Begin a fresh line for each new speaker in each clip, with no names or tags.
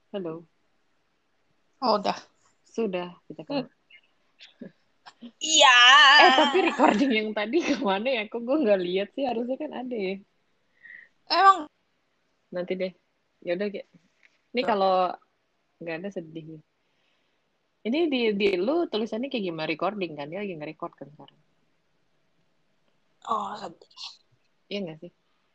Halo,
Oh, udah.
sudah kita kan.
Iya.
Tapi recording yang tadi kemana ya? Kok gue nggak lihat sih? Harusnya kan ada ya.
Emang
Nanti deh. Ya udah, Ge. Ini kalau nggak ada sedih nih. Ini di lu tulisannya kayak gimana recording kan? Dia lagi nge-record kan sekarang.
oh sedih.
Iya nggak sih?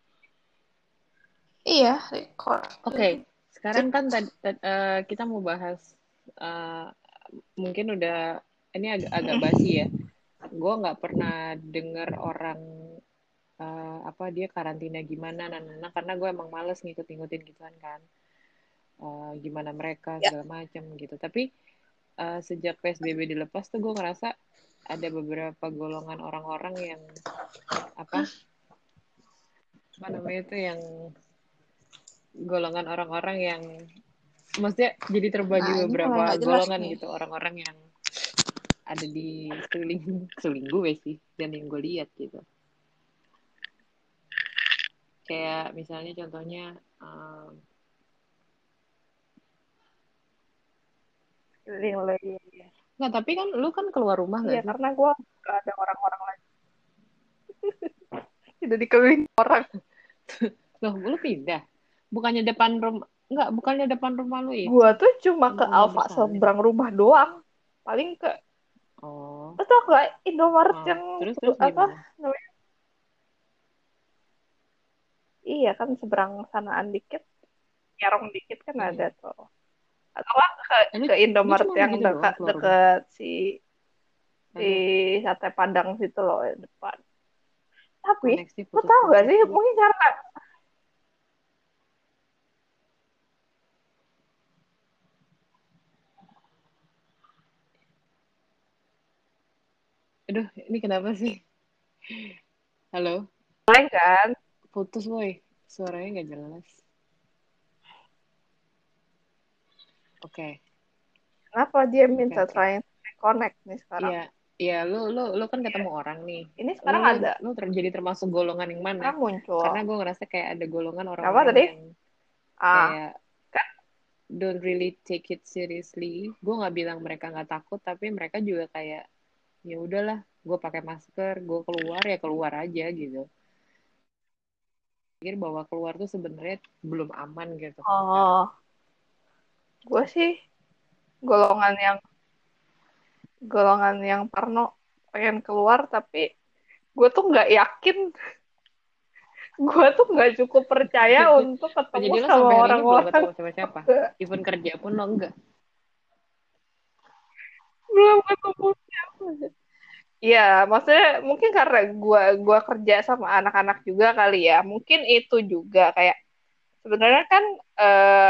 Iya, record.
Oke, sekarang kan kita mau bahas eh, mungkin udah ini agak basi ya. Gue nggak pernah denger orang apa dia karantina gimana, nah, karena gue emang males ngikut-ngikutin gituan kan. Gimana mereka
Ya.
segala macam gitu. Tapi sejak PSBB dilepas tuh gue ngerasa ada beberapa golongan orang-orang yang apa namanya itu yang golongan orang-orang yang maksudnya jadi terbagi
Nah, ini mulai
beberapa
nggak jelas
golongan
nih.
gitu orang-orang yang ada di sekeliling gue sih dan yang gue lihat gitu. Kayak misalnya contohnya um,
Iya,
nggak, tapi kan lu kan keluar rumah
iya,
nggak sih?
karena gue gak ada orang-orang lagi. Tidak dikelilingi orang.
Loh, lu pindah. Bukannya depan rumah, nggak, bukannya depan rumah lu
Gue
itu
tuh cuma ke
rumah
Alfa
bersalin.
seberang rumah doang. Paling ke,
Oh,
betul gak Indomaret yang
terus terus
apa
gimana?
namanya? Iya kan seberang sanaan dikit, nyarong dikit kan ada
Mm-mm.
tuh. Atau nggak
Lu
ke
lu
Indomaret
cuma
yang
begitu doang
dekat
keluar rumah.
deket si si
Ada
sate Padang situ loh depan. Tapi,
koneksi
lo tau gak
putus-putus.
sih, mungkin karena,
Aduh, ini kenapa sih? Halo,
mulai kan,
putus woi. Suaranya nggak jelas. Oke,
kenapa dia
oke,
minta
oke.
trying to reconnect nih
Iya,
sekarang?
iya. Lu kan ketemu orang nih.
Ini
Lu
sekarang
lu
ada,
lu jadi termasuk golongan yang mana?
sekarang
Karena
muncul.
gue ngerasa kayak ada golongan
Kenapa
orang-orang
tadi?
yang
Ah,
kayak don't really take it seriously. Gue nggak bilang mereka nggak takut, tapi mereka juga kayak ya udahlah, gue pakai masker, gue keluar ya keluar aja gitu. Pikir bahwa keluar tuh sebenarnya belum aman gitu kan sekarang.
oh, gue sih golongan yang golongan yang parno pengen keluar tapi gue tuh nggak yakin, gue tuh nggak cukup percaya untuk
Oh,
ketemu
jadi lo
sama
sampai hari ini belum
orang-orang.
ketemu sama siapa? Even kerja pun lo enggak.
Belum ketemu siapa. Iya, maksudnya mungkin karena gua kerja sama anak-anak juga kali ya. Mungkin itu juga kayak sebenarnya kan eh,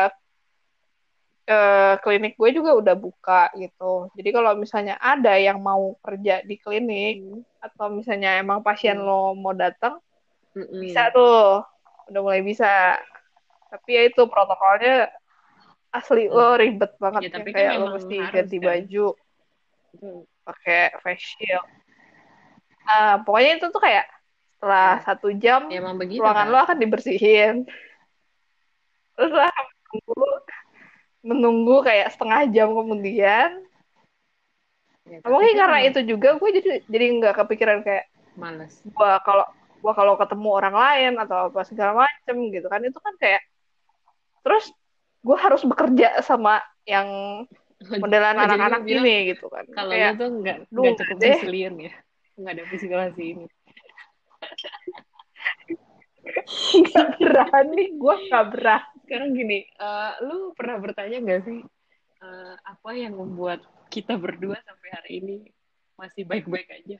klinik gue juga udah buka gitu. Jadi kalau misalnya ada yang mau kerja di klinik
Hmm.
atau misalnya emang pasien
Hmm.
lo mau datang, bisa
Mm-mm.
tuh. Udah mulai bisa. Tapi ya itu protokolnya asli lo
Hmm.
ribet banget
Ya
yang
tapi kan
kayak lo
memang
mesti
harus
ganti
kan.
baju,
Itu,
pakai face shield. Pokoknya itu tuh kayak setelah
ya,
1 jam
ya emang begitu
ruangan lo
kan.
akan dibersihin. Terus lo akan menunggu kayak setengah jam kemudian.
Ya
Nah,
tapi
mungkin
kan
karena
emang
itu juga gue jadi nggak kepikiran kayak
males.
gue kalau gue kalau ketemu orang lain atau apa segala macem gitu kan itu kan kayak terus gue harus bekerja sama yang modelan
Oh, jadi lo
anak-anak
bilang
ini gitu kan
kalau lo
kayak
tuh
duh
nggak
nggak
cukup
deh,
resilient ya, nggak ada psikologis ini.
nggak berani, gue nggak berani.
Sekarang gini, lu pernah bertanya nggak sih apa yang membuat kita berdua sampai hari ini masih baik-baik aja?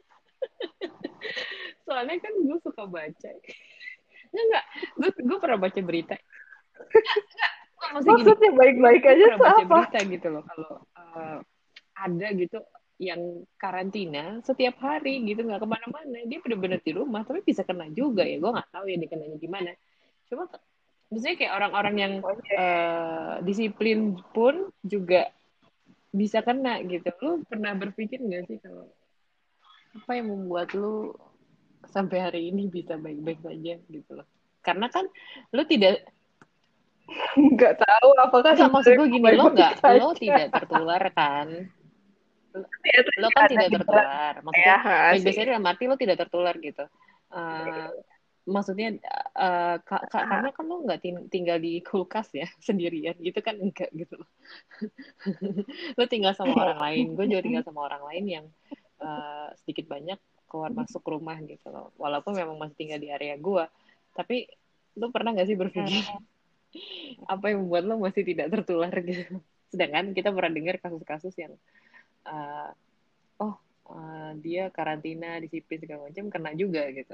Soalnya kan gue suka baca. Enggak, gue pernah baca berita. Enggak, maksudnya gini,
Maksudnya
gue
baik-baik
gue
aja
pernah
tuh
baca
apa?
berita gitu loh kalau ada gitu yang karantina setiap hari gitu nggak kemana-mana, dia bener-bener di rumah tapi bisa kena juga ya, gue nggak tahu ya dikenanya gimana. Cuma misalnya kayak orang-orang yang
Oh, iya.
disiplin pun juga bisa kena gitu. Lu pernah berpikir nggak sih kalau apa yang membuat lu sampai hari ini bisa baik-baik saja gitu loh? Karena kan lu tidak
nggak tahu apakah
Enggak, maksud
sebenarnya
gue
gue
gini,
baik-baik
lo
saja.
tidak tertular kan?
Ya, itu
Lo
juga
kan
ada
tidak
gejala
tertular.
ya,
Maksudnya
sih.
baik-baik saja dalam arti lo tidak tertular gitu. Eh, maksudnya karena kan lo nggak tinggal di kulkas ya sendirian gitu kan, enggak gitu loh. Lo tinggal sama orang lain, gue juga tinggal sama orang lain yang sedikit banyak keluar masuk rumah gitu loh, walaupun memang masih tinggal di area gue, tapi lo pernah nggak sih berpikir apa yang membuat lo masih tidak tertular gitu, sedangkan kita pernah dengar kasus-kasus yang uh, oh dia karantina disiplin segala macam kena juga gitu.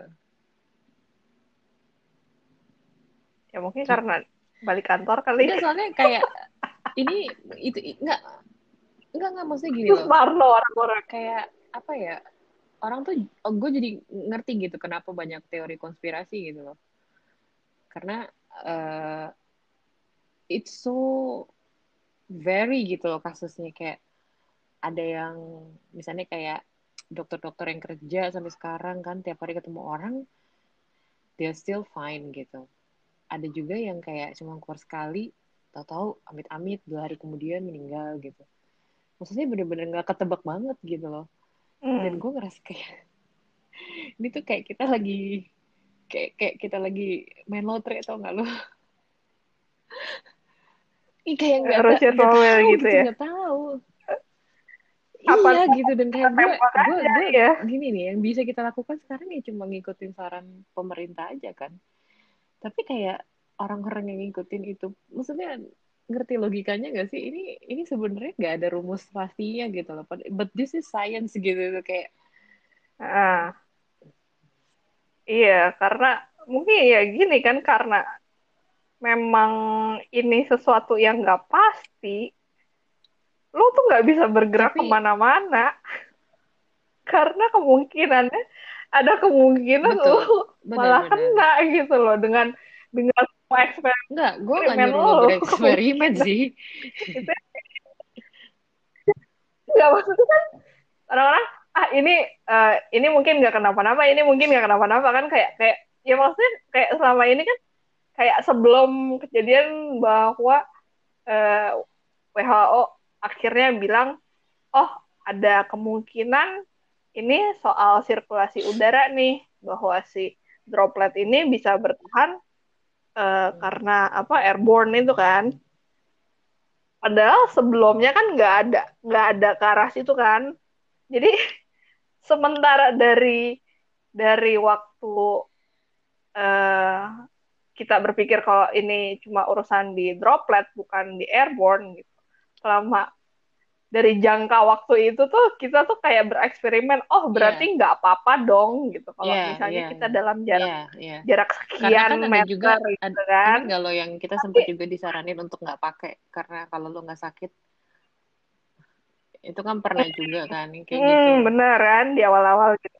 Ya mungkin karena balik kantor kali.
Enggak, soalnya kayak ini itu enggak maksudnya gini
Terus
loh,
parno orang-orang.
kayak apa ya, orang tuh gue jadi ngerti gitu kenapa banyak teori konspirasi gitu loh, karena uh, it's so very gitu loh kasusnya, kayak ada yang misalnya kayak dokter-dokter yang kerja sampai sekarang kan tiap hari ketemu orang, they're still fine gitu. Ada juga yang kayak cuma keluar sekali, tahu-tahu amit-amit 2 hari kemudian meninggal gitu. Maksudnya bener-bener nggak ketebak banget gitu loh. Dan
Hmm.
gue ngerasa kayak ini tuh kayak kita lagi kayak kita lagi main lotre atau nggak lo? Ih, kayak
Russian
nggak
Roulette
tahu
gitu
gitu,
ya.
nggak tahu.
Apa
Iya gitu, dan kayak gue
tembak
gue
aja
gue
ya.
gini nih, yang bisa kita lakukan sekarang ya cuma ngikutin saran pemerintah aja kan. Tapi kayak orang-orang yang ngikutin itu, maksudnya ngerti logikanya nggak sih? Ini sebenarnya nggak ada rumus pastinya gitu loh. But this is science gitu tuh, kayak
Ah, iya, karena mungkin ya gini kan, karena memang ini sesuatu yang nggak pasti, lo tuh nggak bisa bergerak
tapi
kemana-mana karena kemungkinannya ada kemungkinan lo
betul,
malah
benar-benar.
kena gitu loh dengan semua
Nggak, gue nggak
eksperimen
nyuruh lo
lo
bereksperimen
kemungkinan
sih.
itu nggak, maksudnya kan orang-orang ini mungkin nggak kenapa-napa, ini mungkin nggak kenapa-napa kan, kayak kayak ya maksudnya kayak selama ini kan kayak sebelum kejadian bahwa eh, WHO akhirnya bilang, oh ada kemungkinan ini soal sirkulasi udara nih, bahwa si droplet ini bisa bertahan karena apa, airborne itu kan. Padahal sebelumnya kan nggak ada ke arah situ kan. Jadi sementara dari waktu eh, kita berpikir kalau ini cuma urusan di droplet bukan di airborne gitu. Selama dari jangka waktu itu tuh kita tuh kayak bereksperimen, oh
Iya,
berarti nggak apa-apa dong gitu kalau
iya, iya,
misalnya kita
iya,
dalam
iya,
jarak
iya.
jarak
Karena kan
sekian
ada juga,
meter gitu
ingat
kan.
gak lo yang kita
Tapi
sempat juga disaranin untuk nggak pakai karena kalau lo nggak sakit, itu kan pernah juga kan kayak gitu.
beneran di awal-awal gitu.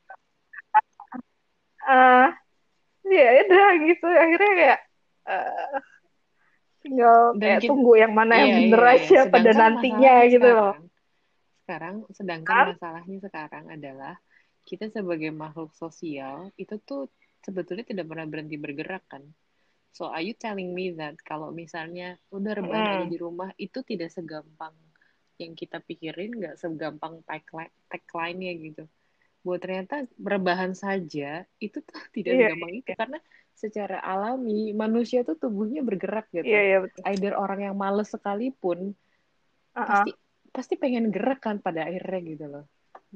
Ah, ya udah gitu akhirnya kayak eh, tinggal
Dan
kayak
kita,
tunggu yang mana yang
iya,
bener
iya, iya.
aja pada
Sedangkan
nantinya
masalahnya
gitu loh
sekarang, sedangkan
kan.
masalahnya sekarang adalah kita sebagai makhluk sosial itu tuh sebetulnya tidak pernah berhenti bergerak kan. So are you telling me that kalau misalnya udah rebahan aja
Mm.
di rumah itu tidak segampang yang kita pikirin, nggak segampang tagline-nya gitu. Buat ternyata rebahan saja itu tuh tidak
Iya,
segampang itu, karena secara alami manusia tuh tubuhnya bergerak
iya,
gitu.
iya betul.
Either orang yang males sekalipun
Uh-uh.
pasti pasti pengen gerak kan pada akhirnya gitu loh.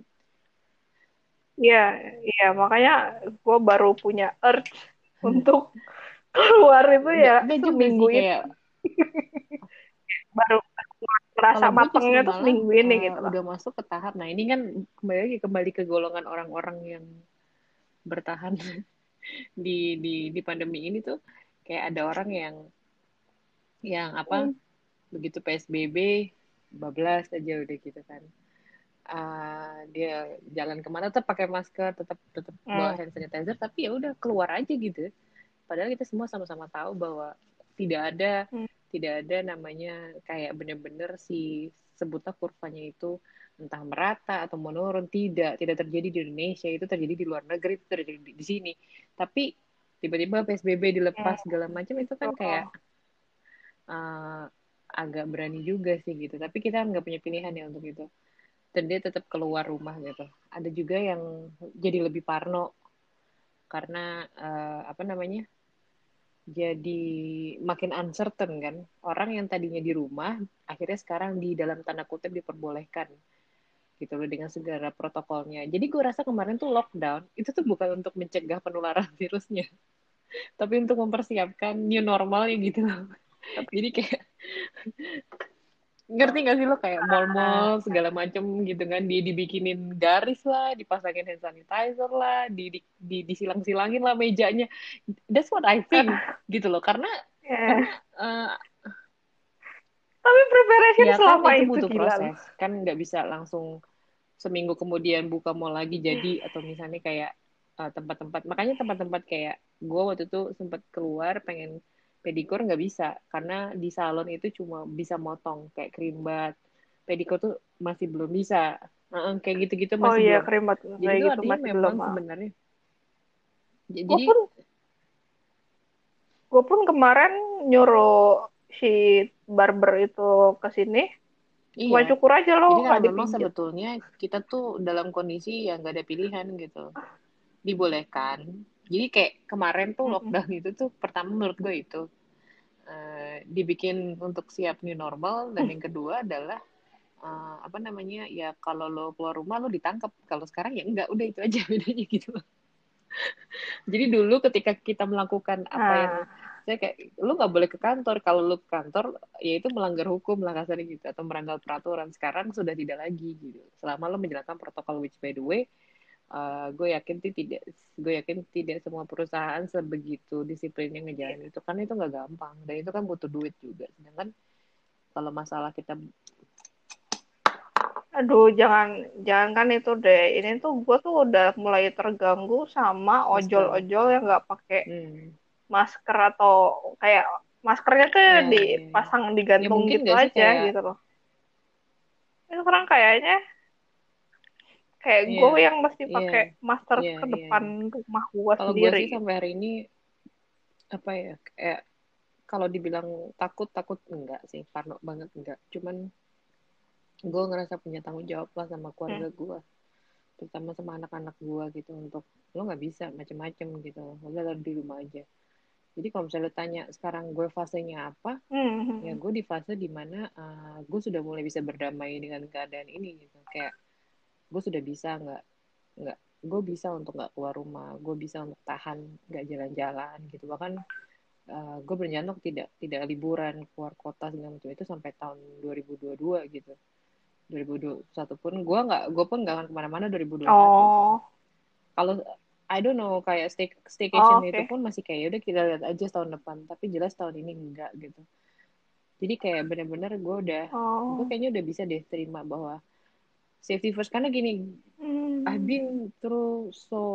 Iya, iya makanya gue baru punya urge untuk keluar itu ya
Nggak juga
seminggu
sih,
ini,
kayak
baru merasa
kalau gue justru
matengnya tuh
malah
seminggu ini gitu loh.
udah masuk ke tahap, nah ini kan kembali ke golongan orang-orang yang bertahan di pandemi ini tuh, kayak ada orang yang apa,
Hmm.
begitu PSBB bablas aja udah gitu kan. Dia jalan kemana tetap pakai masker, tetap tetap bawa
Hmm.
hand sanitizer, tapi ya udah keluar aja gitu. Padahal kita semua sama-sama tahu bahwa tidak ada
Hmm.
tidak ada namanya kayak bener-bener si sebutlah kurvanya itu entah merata atau menurun, tidak terjadi di Indonesia, itu terjadi di luar negeri, itu terjadi di sini. Tapi tiba-tiba PSBB
Hmm.
dilepas segala macam itu kan kayak
Oh.
uh, agak berani juga sih gitu. Tapi kita nggak punya pilihan ya untuk itu. Dan dia tetap keluar rumah gitu. Ada juga yang jadi lebih parno karena apa namanya? Jadi makin uncertain kan. Orang yang tadinya di rumah akhirnya sekarang di dalam tanda kutip diperbolehkan gitu loh dengan segala protokolnya. Jadi gue rasa kemarin tuh lockdown itu tuh bukan untuk mencegah penularan virusnya, tapi untuk mempersiapkan new normalnya gitu loh.
Tapi
Jadi kayak ngerti gak sih lo kayak mall-mall segala macem gitu kan dibikinin garis lah, dipasangin hand sanitizer lah, disilang-silangin lah mejanya. That's what I think gitu loh. Karena
ya,
uh,
tapi preparation
ya kan
selama
itu
itu
butuh
gila loh.
proses. Kan nggak bisa langsung seminggu kemudian buka mall lagi jadi, atau misalnya kayak tempat-tempat, makanya tempat-tempat kayak gue waktu itu sempat keluar pengen pedicure nggak bisa karena di salon itu cuma bisa motong kayak creambat, pedicure tuh masih belum bisa. Kayak gitu-gitu
Oh
masih
iya,
belum.
kerimat
Jadi
kayak
itu
gitu
artinya
masih belum.
memang sebenarnya
Gue
jadi
pun gue pun kemarin nyuruh si barber itu ke sini, cuma
iya.
cukur aja loh,
Jadi karena
nggak
memang
dipijat.
sebetulnya kita tuh dalam kondisi yang nggak ada pilihan gitu, dibolehkan. Jadi kayak kemarin tuh
Mm-mm.
lockdown itu tuh pertama menurut gue itu dibikin untuk siap new normal, dan yang kedua adalah apa namanya ya, kalau lo keluar rumah lo ditangkap, kalau sekarang ya enggak, udah itu aja bedanya gitu. Jadi dulu ketika kita melakukan apa yang
Nah,
saya kayak lu nggak boleh ke kantor, kalau lu ke kantor ya itu melanggar hukum lah kasarnya gitu, atau melanggar peraturan. Sekarang sudah tidak lagi gitu selama lo menjalankan protokol, which by the way gue yakin tidak semua perusahaan sebegitu disiplinnya ngejalanin itu, karena itu nggak gampang dan itu kan butuh duit juga. Sedangkan kalau masalah kita
aduh, jangan jangan kan itu deh. Ini tuh gue tuh udah mulai terganggu sama
masker,
ojol-ojol yang nggak pakai
hmm,
masker atau kayak maskernya tuh
ya, ya, ya,
dipasang
ya
digantung
mungkin
gitu
nggak sih
aja
kayak,
gitu loh. Itu sekarang kayaknya kayak gue
ya,
yang mesti pakai
ya,
masker
ya,
ke
ya,
depan
ya.
rumah gue
Kalau gue
sendiri
sih
gitu.
sampai hari ini apa ya, kayak kalau dibilang takut takut enggak sih, parno banget enggak, cuman gue ngerasa punya tanggung jawab lah sama
Hmm.
keluarga gue, terutama sama anak-anak gue gitu, untuk lo nggak bisa macem-macem gitu, lo udah di rumah aja. Jadi kalau misalnya lo tanya sekarang gue fasenya apa, ya
Hmm.
gue di fase dimana gue sudah mulai bisa berdamai dengan keadaan ini gitu. Kayak gue sudah bisa nggak gue bisa untuk nggak keluar rumah, gue bisa untuk tahan nggak jalan-jalan gitu. Bahkan gue berencana untuk tidak liburan keluar kota segala macam itu sampai tahun 2022 gitu. 2021 pun gue pun nggak akan kemana-mana 2021 gitu.
Oh,
Kalau I don't know kayak
oh,
staycation itu
oke.
pun masih kayak, "Ya udah kita lihat aja tahun depan," tapi jelas tahun ini enggak gitu. Jadi kayak benar-benar gue
Oh.
kayaknya udah bisa deh terima bahwa safety first, karena gini, I've
Hmm.
been through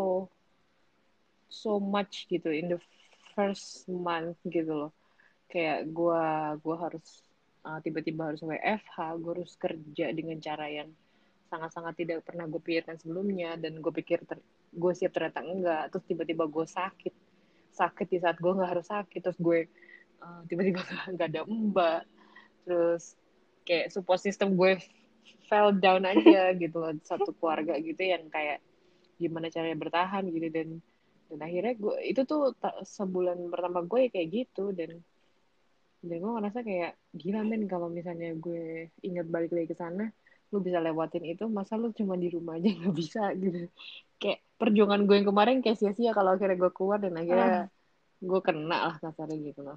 so much gitu in the first month gitu loh. Kayak gue harus tiba-tiba harus WFH, gue harus kerja dengan cara yang sangat-sangat tidak pernah gue pikirkan sebelumnya, dan gue pikir gue siap, ternyata enggak. Terus tiba-tiba gue sakit di saat gue nggak harus sakit, terus gue tiba-tiba nggak ada mbak, terus kayak support system gue fell down aja gitu loh, satu keluarga gitu yang kayak gimana caranya bertahan gitu. Dan akhirnya gue itu tuh sebulan pertama gue ya kayak gitu. Dan gue ngerasa kayak gila men, kalau misalnya gue ingat balik lagi ke sana, lu bisa lewatin itu, masa lu cuma di rumah aja nggak bisa gitu. Kayak perjuangan gue yang kemarin kayak sia-sia kalau akhirnya gue keluar dan akhirnya
Ah,
gue kena lah kasarnya gitu loh.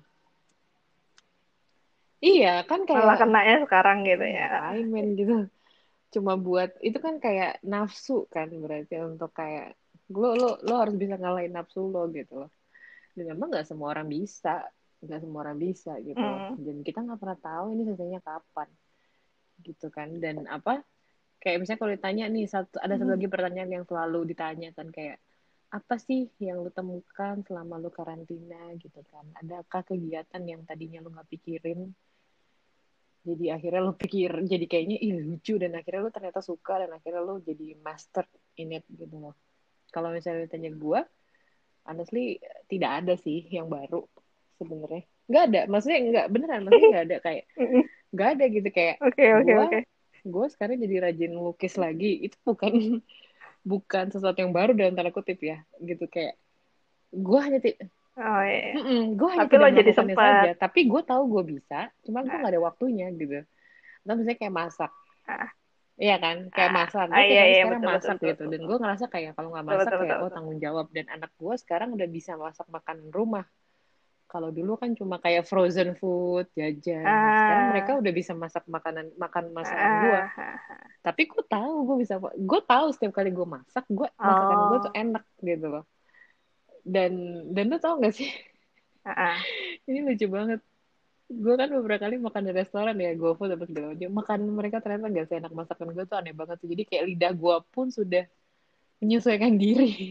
Iya kan
malah
kayak
kenanya sekarang gitu ya.
ngapain men gitu, cuma buat itu kan kayak nafsu kan, berarti untuk kayak lo harus bisa ngalahin nafsu lo gitu loh. Dan memang nggak semua orang bisa gitu loh,
Hmm.
dan kita nggak pernah tahu ini selesainya kapan gitu kan. Dan apa, kayak misalnya kalau ditanya nih, ada satu
Hmm.
lagi pertanyaan yang selalu ditanyakan, kayak apa sih yang lu temukan selama lu karantina gitu kan, adakah kegiatan yang tadinya lu nggak pikirin jadi akhirnya lo pikir jadi kayaknya ih lucu, dan akhirnya lo ternyata suka, dan akhirnya lo jadi master in it gitu loh. Kalau misalnya ditanya gue, honestly tidak ada sih yang baru sebenarnya. Nggak ada, maksudnya nggak beneran, maksudnya nggak ada kayak nggak ada gitu kayak
Oke, oke,
gue
oke.
gue sekarang jadi rajin lukis lagi itu bukan bukan sesuatu yang baru dalam tanda kutip ya gitu kayak gue hanya
Oh iya.
gue hanya
Tapi lo
tidak
jadi
melakukannya saja
sempat.
tapi gue tahu gue bisa cuma gue
Ah,
nggak ada waktunya gitu. Nah, misalnya kayak masak.
ah,
Iya kan, kayak masak. Gue
iya,
tiap hari
iya,
sekarang
betul, betul,
masak
betul,
gitu.
betul,
Dan
betul,
gue ngerasa kayak kalau nggak
betul,
masak
betul,
kayak,
betul,
oh
betul.
tanggung jawab. Dan anak gue sekarang udah bisa masak makanan rumah. Kalau dulu kan cuma kayak frozen food, jajan. Nah sekarang mereka
Ah,
udah bisa masak makan masakan gue.
ah, ah, ah.
Tapi gue tahu setiap kali gue masak, masakan gue tuh
Oh,
enak gitu loh. Dan lu tau gak sih,
ah, ah.
ini lucu banget. Gue kan beberapa kali makan di restoran ya, GoFood apa segala macam. Makan mereka ternyata gak seenak masakan gue tuh aneh banget sih. Jadi kayak lidah gue pun sudah menyesuaikan diri.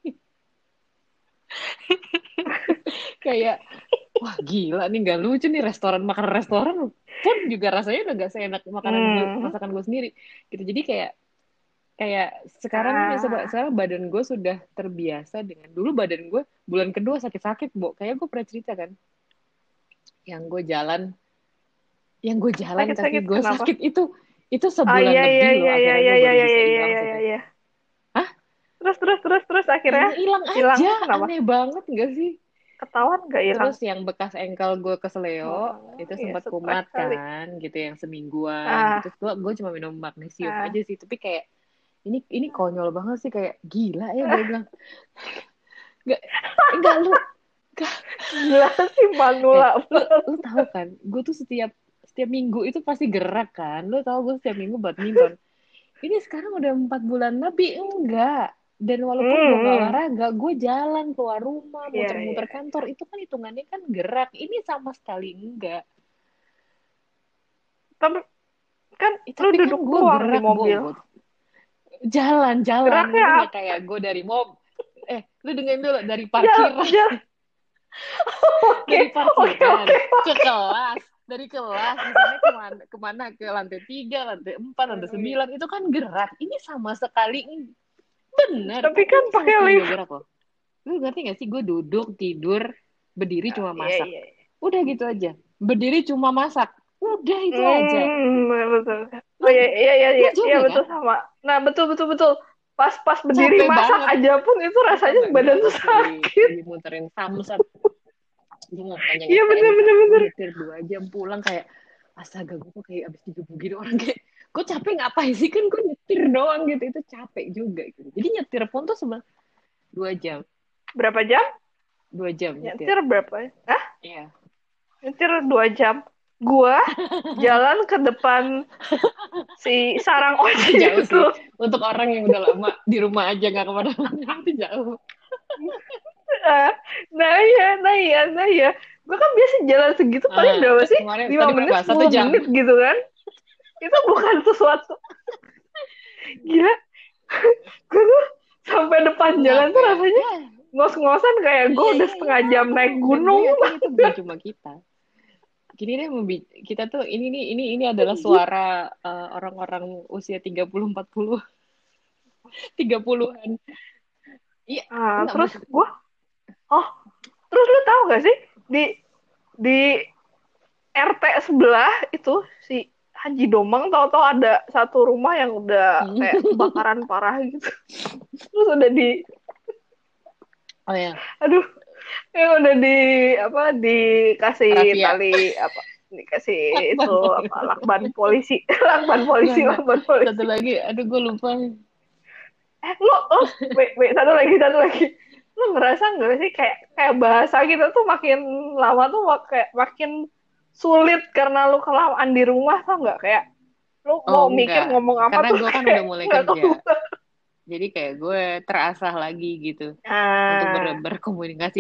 Kayak, wah gila nih gak lucu nih restoran makan restoran pun juga rasanya udah gak seenak
Hmm,
masakan gue sendiri. Gitu. Jadi kayak kayak sekarang nih
ah,
sekarang badan gue sudah terbiasa dengan dulu badan gue bulan kedua sakit-sakit, Bu. Kayak gue pernah cerita kan, yang gue jalan kaki
sakit-sakit
gue
kenapa?
sakit itu
Ah,
sebulan
iya, iya,
lebih loh
iya, iya,
akhirnya
iya,
gue
iya,
baru
iya,
bisa
iya,
hilang
iya, iya,
sakit.
iya.
Hah?
Terus akhirnya
Hilang
hilang
aja,
kenapa?
aneh banget gak sih?
Ketahuan gak hilang?
Terus yang bekas engkel gue kesleo
Oh,
itu
iya
sempat
stres
kumat
kali.
kan, gitu yang semingguan gitu.
Ah,
Gue cuma minum magnesium aja
ah.
sih, tapi kayak ini konyol banget sih kayak gila ya gue bilang nggak enggak lu nggak.
Gila sih Manula.
Lu tahu kan gue tuh setiap setiap minggu itu pasti gerak kan, lu tahu gue setiap minggu badminton. Ini sekarang udah 4 bulan lebih enggak. Dan walaupun gue nggak
Hmm,
olahraga, gue jalan keluar rumah,
iya,
muter-muter
iya.
kantor, itu kan hitungannya kan gerak. Ini sama sekali enggak.
Tapi kan lu
Tapi kan
duduk
gue
doang di
gerak,
mobil.
Bobot. Jalan-jalan, ngerti
Geraknya
nggak
apa?
kayak gue dari lu dengerin dulu, dari
Jalan,
parkiran,
jalan. Oke,
dari
oke,
parkiran
oke,
ke
oke.
kelas, dari kelas misalnya kemana ke lantai 3, lantai 4, lantai 9 itu kan gerak. Ini sama sekali bener,
Tapi kan
ini sama
pakai
sekali nggak
lift.
gerak loh. Lu ngerti gak sih gue duduk, tidur, berdiri
Ah,
cuma
iya,
masak.
iya, iya.
Udah gitu aja. Berdiri cuma masak. Udah itu aja.
Betul. Oh
Lu,
iya, iya, iya,
lu
iya, iya,
juga
betul
kan?
sama. Nah, betul, betul, betul. Pas berdiri
Capek
masak
banget.
aja pun itu
Lu tau
rasanya
gak gue
badan tuh
waktu
sakit.
lagi muterin Samsat. Gue gak panjang
Iya, bener,
STNK.
bener,
Gue
bener.
nyetir 2 jam pulang kayak, astaga gue tuh kayak abis digebukin orang kayak, gue capek ngapain sih kan gue nyetir doang gitu. Itu capek juga gitu. Jadi nyetir pun tuh 2 jam.
Berapa jam?
2 jam nyetir.
Nyetir berapa? Hah?
Iya.
Nyetir 2 jam. Gua jalan ke depan si sarang
Itu
ojek
jauh
itu.
sih. Untuk orang yang udah lama di rumah aja nggak kemana-mana itu jauh.
Ah, nah iya. Gue kan biasa jalan segitu paling berapa
Terus
sih?
kemarin
lima
tadi
menit,
berapa? 1
10
jam.
menit gitu kan. Itu bukan sesuatu. Gila. Gue tuh sampai depan
Ngap
jalan tuh
ya.
rasanya
Ya,
ngos-ngosan kayak gue
iya
udah
iya iya.
setengah jam naik
Dan gue
gunung.
yakin itu bukan cuma kita. Gini deh, kita tuh ini adalah suara orang-orang usia 30 40 30-an. Iya,
Ah,
enggak
terus gue, oh, terus lu tahu gak sih di di RT sebelah itu si Haji Domang tahu-tahu ada satu rumah yang udah kayak kebakaran parah gitu. Terus udah
Oh ya,
aduh, yang udah apa dikasih
Rafia.
tali apa dikasih itu
Akbar.
apa lakban polisi lakban
Enggak
polisi
enggak.
lakban
Satu
polisi.
lagi, aduh gue lupa.
Lo wait satu lagi lo ngerasa nggak sih kayak kayak bahasa kita tuh makin lama tuh kayak makin sulit karena lu kelamaan di rumah tau nggak kayak lu
Oh
mau mikir
enggak,
ngomong apa
karena
tuh
gue kan
kayak
udah mulai
nggak
kerja.
keluar.
Jadi kayak gue terasah lagi gitu untuk
Ah,
berkomunikasi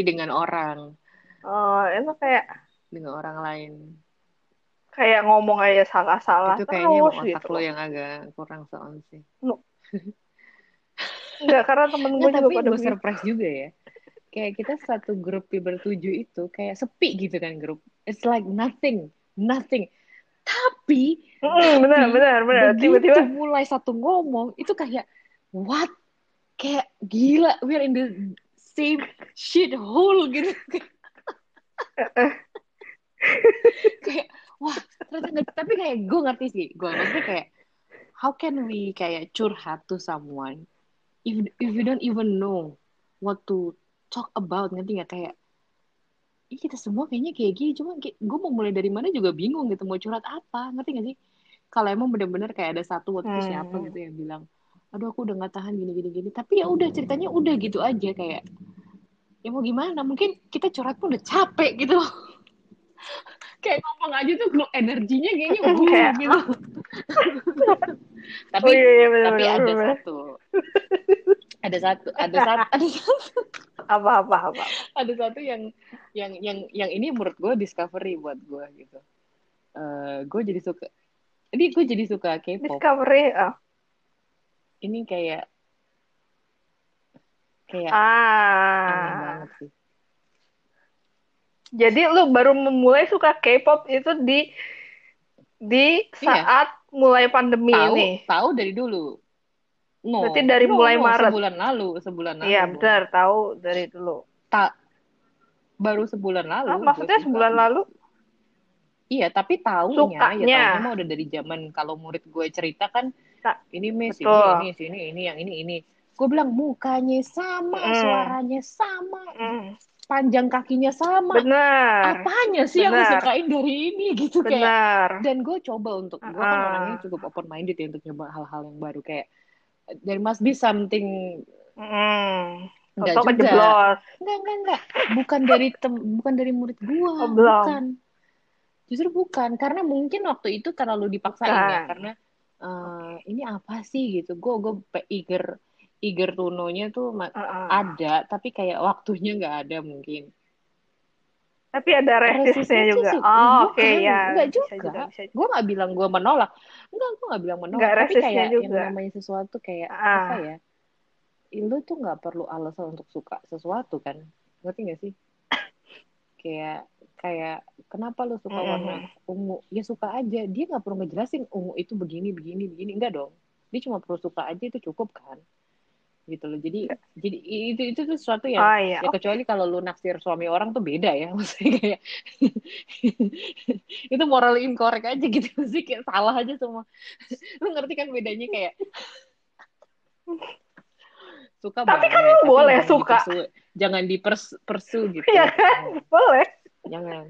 itu kayak
dengan orang lain.
kayak ngomong aja salah-salah
Itu kayaknya
terus
emang otak
gitu
lo
loh.
yang agak kurang soal sih.
No, enggak, karena temen gue
Nggak,
juga
tapi
pada
gue
begitu.
surprise juga ya. Kayak kita satu grup bertujuh itu kayak sepi gitu kan grup. It's like nothing, nothing. Tapi,
Benar,
tapi
benar, benar.
begitu
Tiba-tiba,
mulai satu ngomong itu kayak what? Kayak gila, we're in the same shit hole gitu. Kayak wah ternyata nggak, tapi kayak gue ngerti sih, gue maksudnya kayak how can we kayak curhat to someone if you don't even know what to talk about, ngerti nggak? Kayak ih kita semua kayaknya kayak gini, cuma gue mau mulai dari mana juga bingung gitu, mau curhat apa, ngerti gak sih? Kalau emang bener-bener kayak ada satu waktu itu siapa
Hmm.
gitu yang bilang, aduh aku udah nggak tahan gini gini gini, tapi ya udah ceritanya udah gitu aja, kayak ya mau gimana, mungkin kita curhat pun udah capek gitu. Kayak ngomong aja tuh energinya kayaknya
Kayak
gitu.
oh
tapi
iya iya
tapi
benar
ada
benar.
satu ada satu ada satu ada satu
Apa apa apa.
ada satu yang ini menurut gue discovery buat gue gitu. Gue jadi suka, ini gue jadi suka K-pop.
Discovery.
Ini kayak kayak aneh
Ah.
banget sih.
Jadi lu baru memulai suka K-pop itu di
Iya,
saat mulai pandemi
tahu
ini.
tahu dari dulu. No,
Berarti dari
no,
mulai
no,
Maret.
sebulan
Iya,
lalu dong.
benar, tahu dari dulu.
Tak, baru sebulan lalu
Ah,
gue
maksudnya
suka.
sebulan lalu
Iya, tapi taunya
sukanya.
mah udah dari zaman kalau murid gue cerita kan,
Tak,
ini Miss,
betul.
ini, yang ini. Gue bilang mukanya sama,
Mm,
suaranya sama,
mm.
panjang kakinya sama.
Benar.
Apanya sih yang lu
Benar.
sukain dari ini gitu kayak.
Benar.
Dan gue coba untuk, gue kan orangnya
Heeh.
cukup open minded ya untuk nyoba hal-hal yang baru, kayak there must be something.
Mm.
Enggak
Atau
juga,
kejeblos.
enggak, bukan dari murid gue,
Oh, belum.
bukan. Justru bukan, karena mungkin waktu itu terlalu dipaksain ya,
Bukan.
karena
Oke.
ini apa sih gitu. Gue eager eager to know-nya tuh
Heeh.
ada, tapi kayak waktunya nggak ada mungkin.
Tapi ada resistnya
Resistnya sih
juga.
sih
Oh, oke
bukan,
ya,
nggak
bisa
juga.
juga, bisa
Gue
juga.
nggak bilang gue menolak, gue nggak bilang menolak,
Nggak
tapi
resistnya
kayak yang
juga.
namanya sesuatu kayak apa
Ah,
ya, lu tuh nggak perlu alasan untuk suka sesuatu kan, ngerti nggak sih? Kayak kayak kenapa lu suka warna
mm-mm.
ungu, ya suka aja, dia nggak perlu ngejelasin ungu itu begini begini begini, enggak dong, dia cuma perlu suka aja itu cukup kan, gitu loh. Jadi itu tuh sesuatu yang,
Oh iya,
ya
oke.
kecuali kalau lu naksir suami orang tuh beda ya. Maksudnya kayak itu moral incorrect aja gitu sih, kayak salah aja semua. Lu ngerti kan bedanya, kayak suka
Tapi kan
boleh
lu
tapi
boleh
jangan
suka.
jangan dipersu gitu,
Ya kan?
jangan
Boleh.
jangan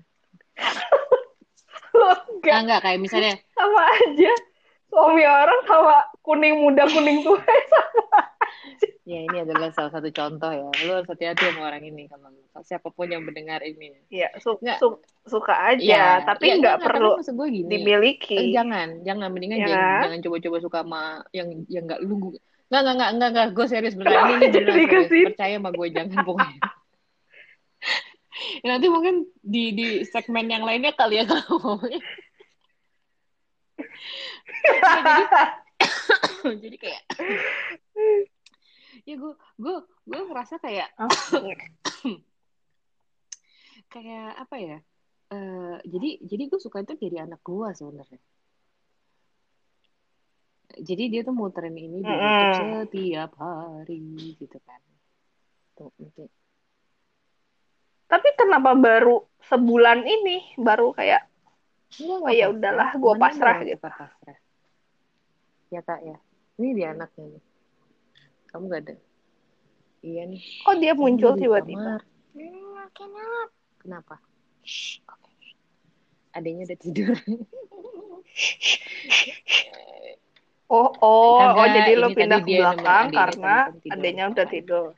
Lu enggak.
enggak kayak misalnya,
Sama aja. Suami orang sama kuning muda, kuning tua.
ya ini adalah salah satu contoh ya. Lu harus hati-hati sama orang ini, kalau siapapun yang mendengar ini.
Ya,
Nggak,
suka aja.
ya,
Tapi
ya
nggak
nggak, karena
perlu
maksud gue gini,
dimiliki.
jangan mendingan
Ya
jangan
kan?
jangan coba-coba suka sama yang nggak lu. Nggak, gue serius beneran,
Kenapa
ini beneran
jadi ke
serius,
situ?
percaya sama gue, jangan pokoknya. Ya, nanti mungkin di segmen yang lainnya kali ya kalau ngomongnya. Nggak, jadi kayak ya gue ngerasa kayak kayak apa ya, jadi gue suka itu dari anak gue sebenarnya. Jadi dia tuh muterin ini di YouTube
Mm-mm.
setiap hari gitu kan. Tuh, oke.
Tapi kenapa baru sebulan ini baru kayak
Enggak,
oh
nggak
ya
apa-apa.
udahlah gue
Mana ada
pasrah
yang
gitu.
suka pasrah? Ya kak ya. Ini dia anaknya nih. Kamu gak ada? Iya nih.
Kok dia
Ini
muncul
dia di
tiba-tiba?
kamar. Kenapa? Oke. Adanya udah tidur.
Oh,
Kagak,
jadi lo
ini tadi
pindah ke
dia nemenin
belakang
adiknya,
karena
tadi kan tidur
adanya udah
kan.
tidur.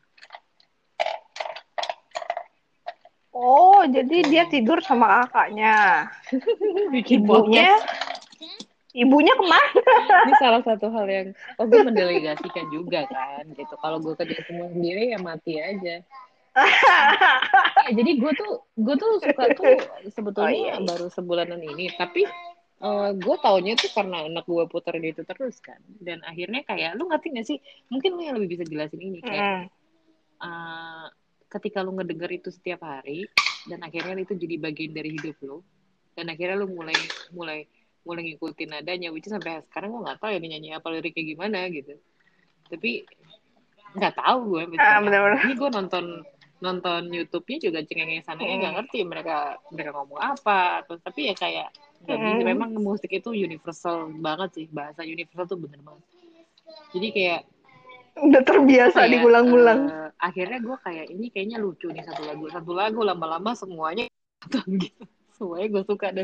Oh, jadi dia
Hmm.
tidur sama kakaknya.
Bikin
Ibunya,
podcast.
ibunya kemana?
Ini salah satu hal yang, gue mendelegasikan juga kan gitu. Kalau gue kerja semua sendiri ya mati aja. Ya, jadi gue tuh suka tuh
Oh
sebetulnya
iya, iya.
baru sebulanan ini, tapi gue taunya tuh karena anak gue puterin itu terus kan, dan akhirnya kayak lu ngerti gak sih, mungkin lu yang lebih bisa jelasin ini, kayak
Mm-mm.
uh, ketika lu ngedenger itu setiap hari dan akhirnya itu jadi bagian dari hidup lu, dan akhirnya lu mulai mulai mulai ngikutin nadanya, which is sampai sekarang gue nggak tahu ya nyanyi apa liriknya gimana gitu, tapi nggak tahu gue sampai
Ah,
sekarang.
benar-benar.
Ini gue nonton nonton YouTube-nya juga cengeng-cengengannya nggak ngerti mereka mereka ngomong apa atau tapi ya kayak nggak bisa
Mm-mm.
memang musik itu universal banget sih bahasa universal tuh bener banget jadi kayak
Udah
apa
terbiasa
ya
diulang-ulang.
akhirnya gue kayak ini kayaknya lucu nih satu lagu lama-lama semuanya gitu semuanya gue suka dan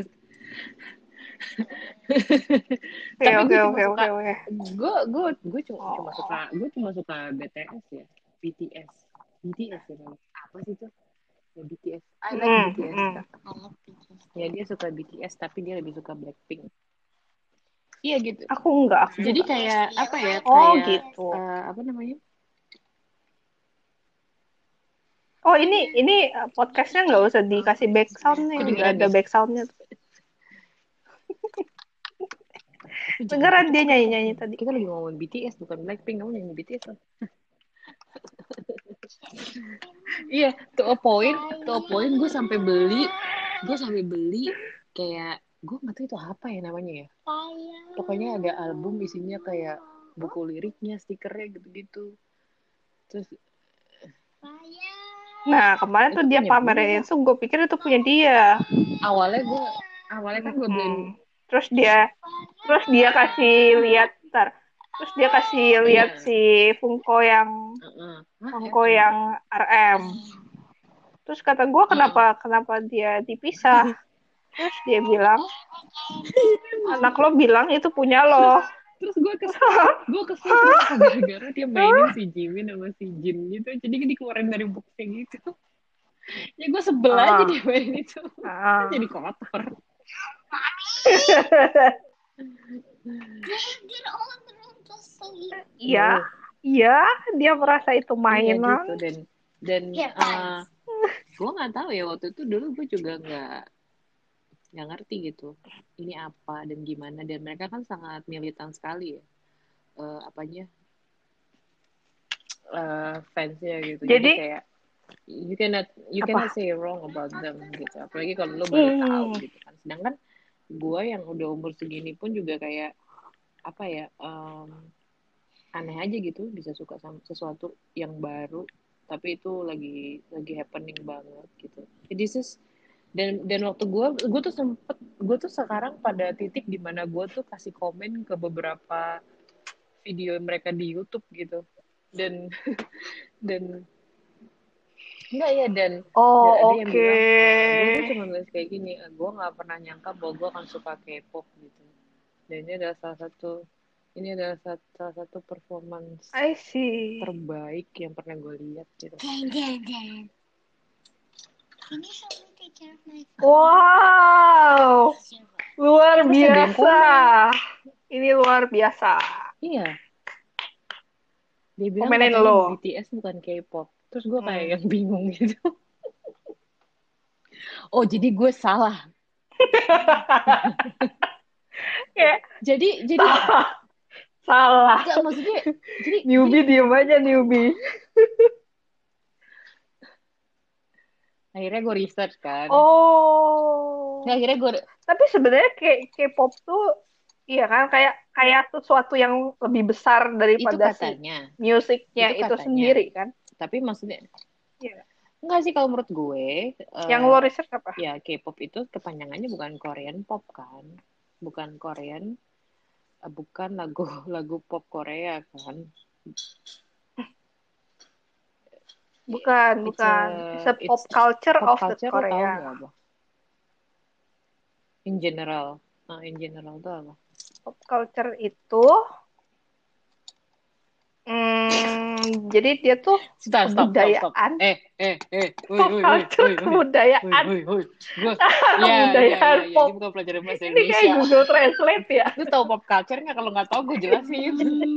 Oke,
tapi
oke,
gue cuma
oke,
suka
oke, oke.
gue cuma suka BTS ya BTS BTS ya namanya. Apa sih itu ya, BTS I like
Mm,
BTS
mm.
kak ya dia suka BTS tapi dia lebih suka Blackpink iya gitu
Aku
jadi
enggak.
kayak apa ya
Oh,
kayak
gitu.
apa namanya
Oh, ini podcastnya nggak usah dikasih back sound nih, udah
kedengeran
ada
ya
back soundnya.
tapi jangan
Dengeran dia
ketuk-ketuk
nyanyi-nyanyi tadi.
kita lagi ngomongin BTS bukan Blackpink kamu nyanyi BTS kan iya to a point gue sampai beli kayak gue nggak tahu itu apa ya namanya ya pokoknya ada album isinya kayak buku liriknya stikernya gitu-gitu terus
Nah, kemarin
itu
tuh dia
punya
pamerin
dia
itu, gue pikir itu punya dia.
awalnya gue awalnya kan gue beliin
Mm-mm. Terus dia, terus dia kasih lihat, ntar. Terus dia kasih lihat
iya
si Funko yang
Hah,
Funko
RM
yang RM. Terus kata gue kenapa dia dipisah? Terus dia bilang, anak lo bilang itu punya
terus
lo.
terus gue kesel kenapa gara-gara dia mainin si Jimin sama si Jin gitu jadi dikeluarin dari boxnya gitu ya gue sebel aja
Ah,
dia mainin itu jadi
ah.
kotor
Iya, iya, dia merasa itu
iya
mainan.
gitu dan gue nggak tahu ya waktu itu dulu gue juga nggak ngerti gitu ini apa dan gimana dan mereka kan sangat militan sekali ya apanya fansnya gitu jadi
Jadi
kayak you cannot
apa?
say wrong about them gitu apalagi kalau lo baru tahu
Hmm,
gitu kan sedangkan gue yang udah umur segini pun juga kayak apa ya aneh aja gitu bisa suka sama sesuatu yang baru tapi itu lagi happening banget gitu jadi dan waktu gue tuh gue tuh sekarang pada titik dimana gue tuh kasih komen ke beberapa video mereka di YouTube gitu dan dan enggak ya dan
oh,
ada yang
oke.
bilang gue cuma nulis kayak gini gue nggak pernah nyangka bahwa gue akan suka K-pop gitu dan ini adalah salah satu performance
I see.
terbaik yang pernah gue lihat gitu
Wow, luar
terus ada yang
biasa.
komen
Ini luar biasa.
iya dia bilang
Komenin
katanya
lo.
BTS bukan K-pop terus gue kayak
Hmm.
yang bingung gitu oh jadi gue salah
Kayak
jadi
salah, salah.
nggak maksudnya jadi
Newbie diem aja newbie.
akhirnya gue research kan nah,
Oh,
akhirnya gue
tapi sebenarnya kayak K-pop tuh, iya kan, kayak kayak sesuatu yang lebih besar
itu
daripada si
katanya
musiknya
itu
itu
katanya
sendiri kan?
tapi maksudnya
Iya.
enggak sih kalau menurut gue
Yang lo research apa?
ya K-pop itu kepanjangannya bukan Korean pop kan bukan Korean bukan lagu lagu pop Korea kan
Bukan,
it's a
bukan. It's a
it's
pop culture
pop
of the
culture lo tahu
Korea.
nggak apa in general in general tuh apa
Pop culture itu, jadi dia tuh
stop
kebudayaan,
woi
pop
woi woi
culture
woi woi woi
kebudayaan,
woi woi gue
kebudayaan
ya ini
pop.
bukan pelajaran bahasa
Ini kayak
Indonesia
Google Translate ya.
lu tahu pop culture nggak kalau nggak tahu gue jelasin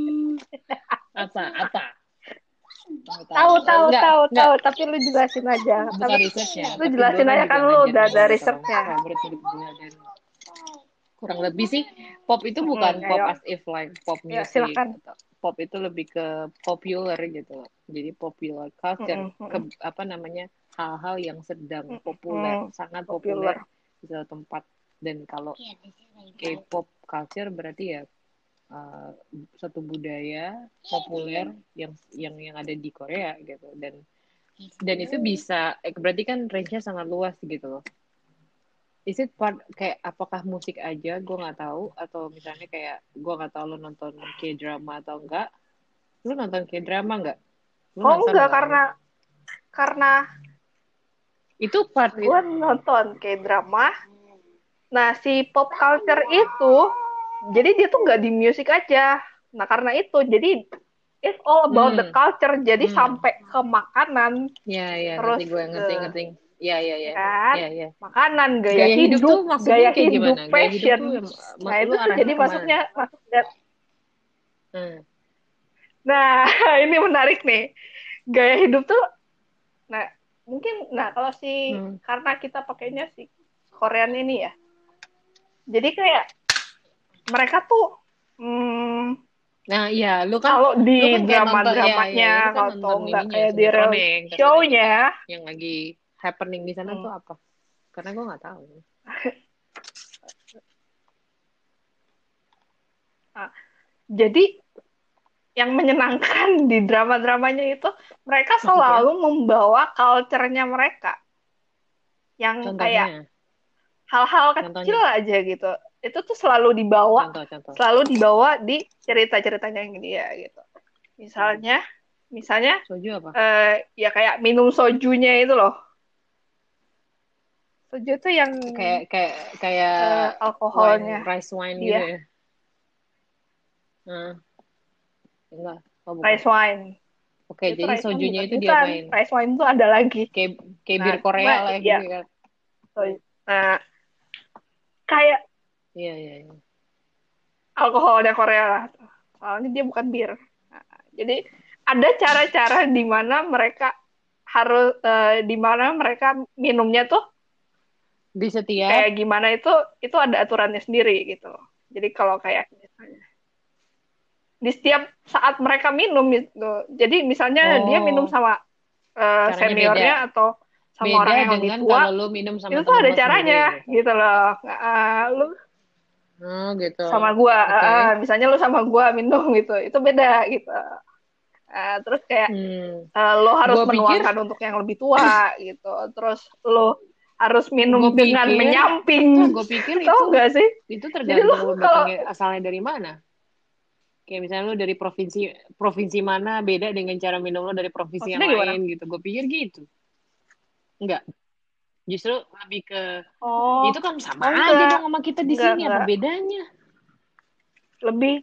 apa nggak tahu
Tahu, tahu, tahu,
nggak
tahu. Tapi lu jelasin aja.
bukan
Tapi
researchnya
lu
tapi gue
jelasin
kan
aja
juga
kan lu
ngajar
udah ada
juga gitu loh
risetnya.
favorite murid gue dan kurang lebih sih pop itu bukan pop
Ayo,
as if like pop
ya
music
silakan.
atau pop itu lebih ke popular gitu loh jadi popular culture
Mm-mm,
ke
mm-mm,
apa namanya hal-hal yang sedang populer
mm-mm.
sangat populer
Popular.
di suatu tempat dan kalau K-pop culture berarti ya uh, satu budaya populer yang ada di Korea gitu dan Dan itu bisa, berarti kan range-nya sangat luas gitu loh. Is it part kayak apakah musik aja? Gue nggak tahu. Atau misalnya kayak gue nggak tahu lo nonton K-drama atau enggak? Lo nonton K-drama nggak? Lo
Oh
nonton
enggak,
kan?
karena
Itu part
gue nonton kayak drama. Nah, si pop culture itu, jadi dia tuh nggak di musik aja. Nah, karena itu, jadi it's all about the
hmm,
culture. Jadi
hmm.
sampai ke makanan,
Ya, ya, ngerti
terus
gue, ngerti,
ke,
ngerti. Ya, ya,
ya
ya,
kan,
ya, ya.
makanan,
Gaya hidup tuh maksudnya
gaya
kayak
hidup,
gimana? Gaya hidup tuh
fashion. Nah,
lu
itu tuh
arahnya
jadi
kemana nih?
masuk dan,
Hmm,
nah, ini menarik nih. Gaya hidup tuh, nah, mungkin, nah kalau si,
hmm.
karena kita pakainya si Korean ini ya, jadi kayak mereka tuh,
Nah, iya,
kalau
lu
di
kan kayak nonton, ya, ya,
drama-dramanya,
ya, lu kan
atau
nonton
enggak
ininya,
kayak di
sinetronnya yang
reality
katanya
show-nya,
yang lagi happening di sana
hmm,
tuh apa? Karena gue nggak tahu.
nah, jadi yang menyenangkan di drama-dramanya itu mereka
Maksudnya,
selalu membawa culture-nya mereka yang kayak
contohnya,
hal-hal kecil
contohnya,
aja gitu. Itu tuh
contoh.
selalu dibawa di cerita-ceritanya yang dia gitu. Misalnya, misalnya
Soju apa?
ya kayak minum sojunya itu loh. Soju tuh yang
Kayak kayak kayak
alkoholnya
rice wine gitu
dia
ya? Nah, enggak, oh bukan.
rice wine.
Oke,
Itu
jadi
rice wine
sojunya
bukan,
itu
bukan,
diapain?
rice wine itu ada lagi.
Kayak kayak
Nah,
bir Korea
cuma
lah
ya,
gitu kan?
nah kayak
Iya, iya, iya.
alkoholnya Korea lah, soalnya dia bukan bir. Nah, jadi ada cara-cara di mana mereka minumnya tuh
Di setiap,
kayak gimana, itu ada aturannya sendiri gitu loh. Jadi kalau kayak misalnya di setiap saat mereka minum gitu, jadi misalnya dia minum
oh,
sama
caranya beda.
seniornya atau sama
Beda
orang yang lebih
dengan
tua,
kalau lu minum sama
itu tuh
temen
ada
lo sendiri.
caranya gitu loh. Lu
Oh, gitu.
sama gua,
Oke.
misalnya lu sama gua minum gitu, itu beda gitu. Terus kayak
Hmm.
lo harus
Gue pikir,
menuangkan untuk yang lebih tua gitu, terus lo harus
gue
minum dengan
pikir, nggak,
menyamping.
gue pikir
Tahu nggak sih?
itu
Jadi lo
tergantung lu
kalau
datangnya asalnya dari mana. Kayak misalnya lu dari provinsi provinsi mana beda dengan cara minum lu dari provinsi yang
maksudnya
lain
gimana?
gitu. Gue pikir gitu. Enggak. Justru lebih ke
Oh,
itu kan sama
oh
aja
enggak,
dong sama kita di sini. Apa
enggak.
bedanya?
Lebih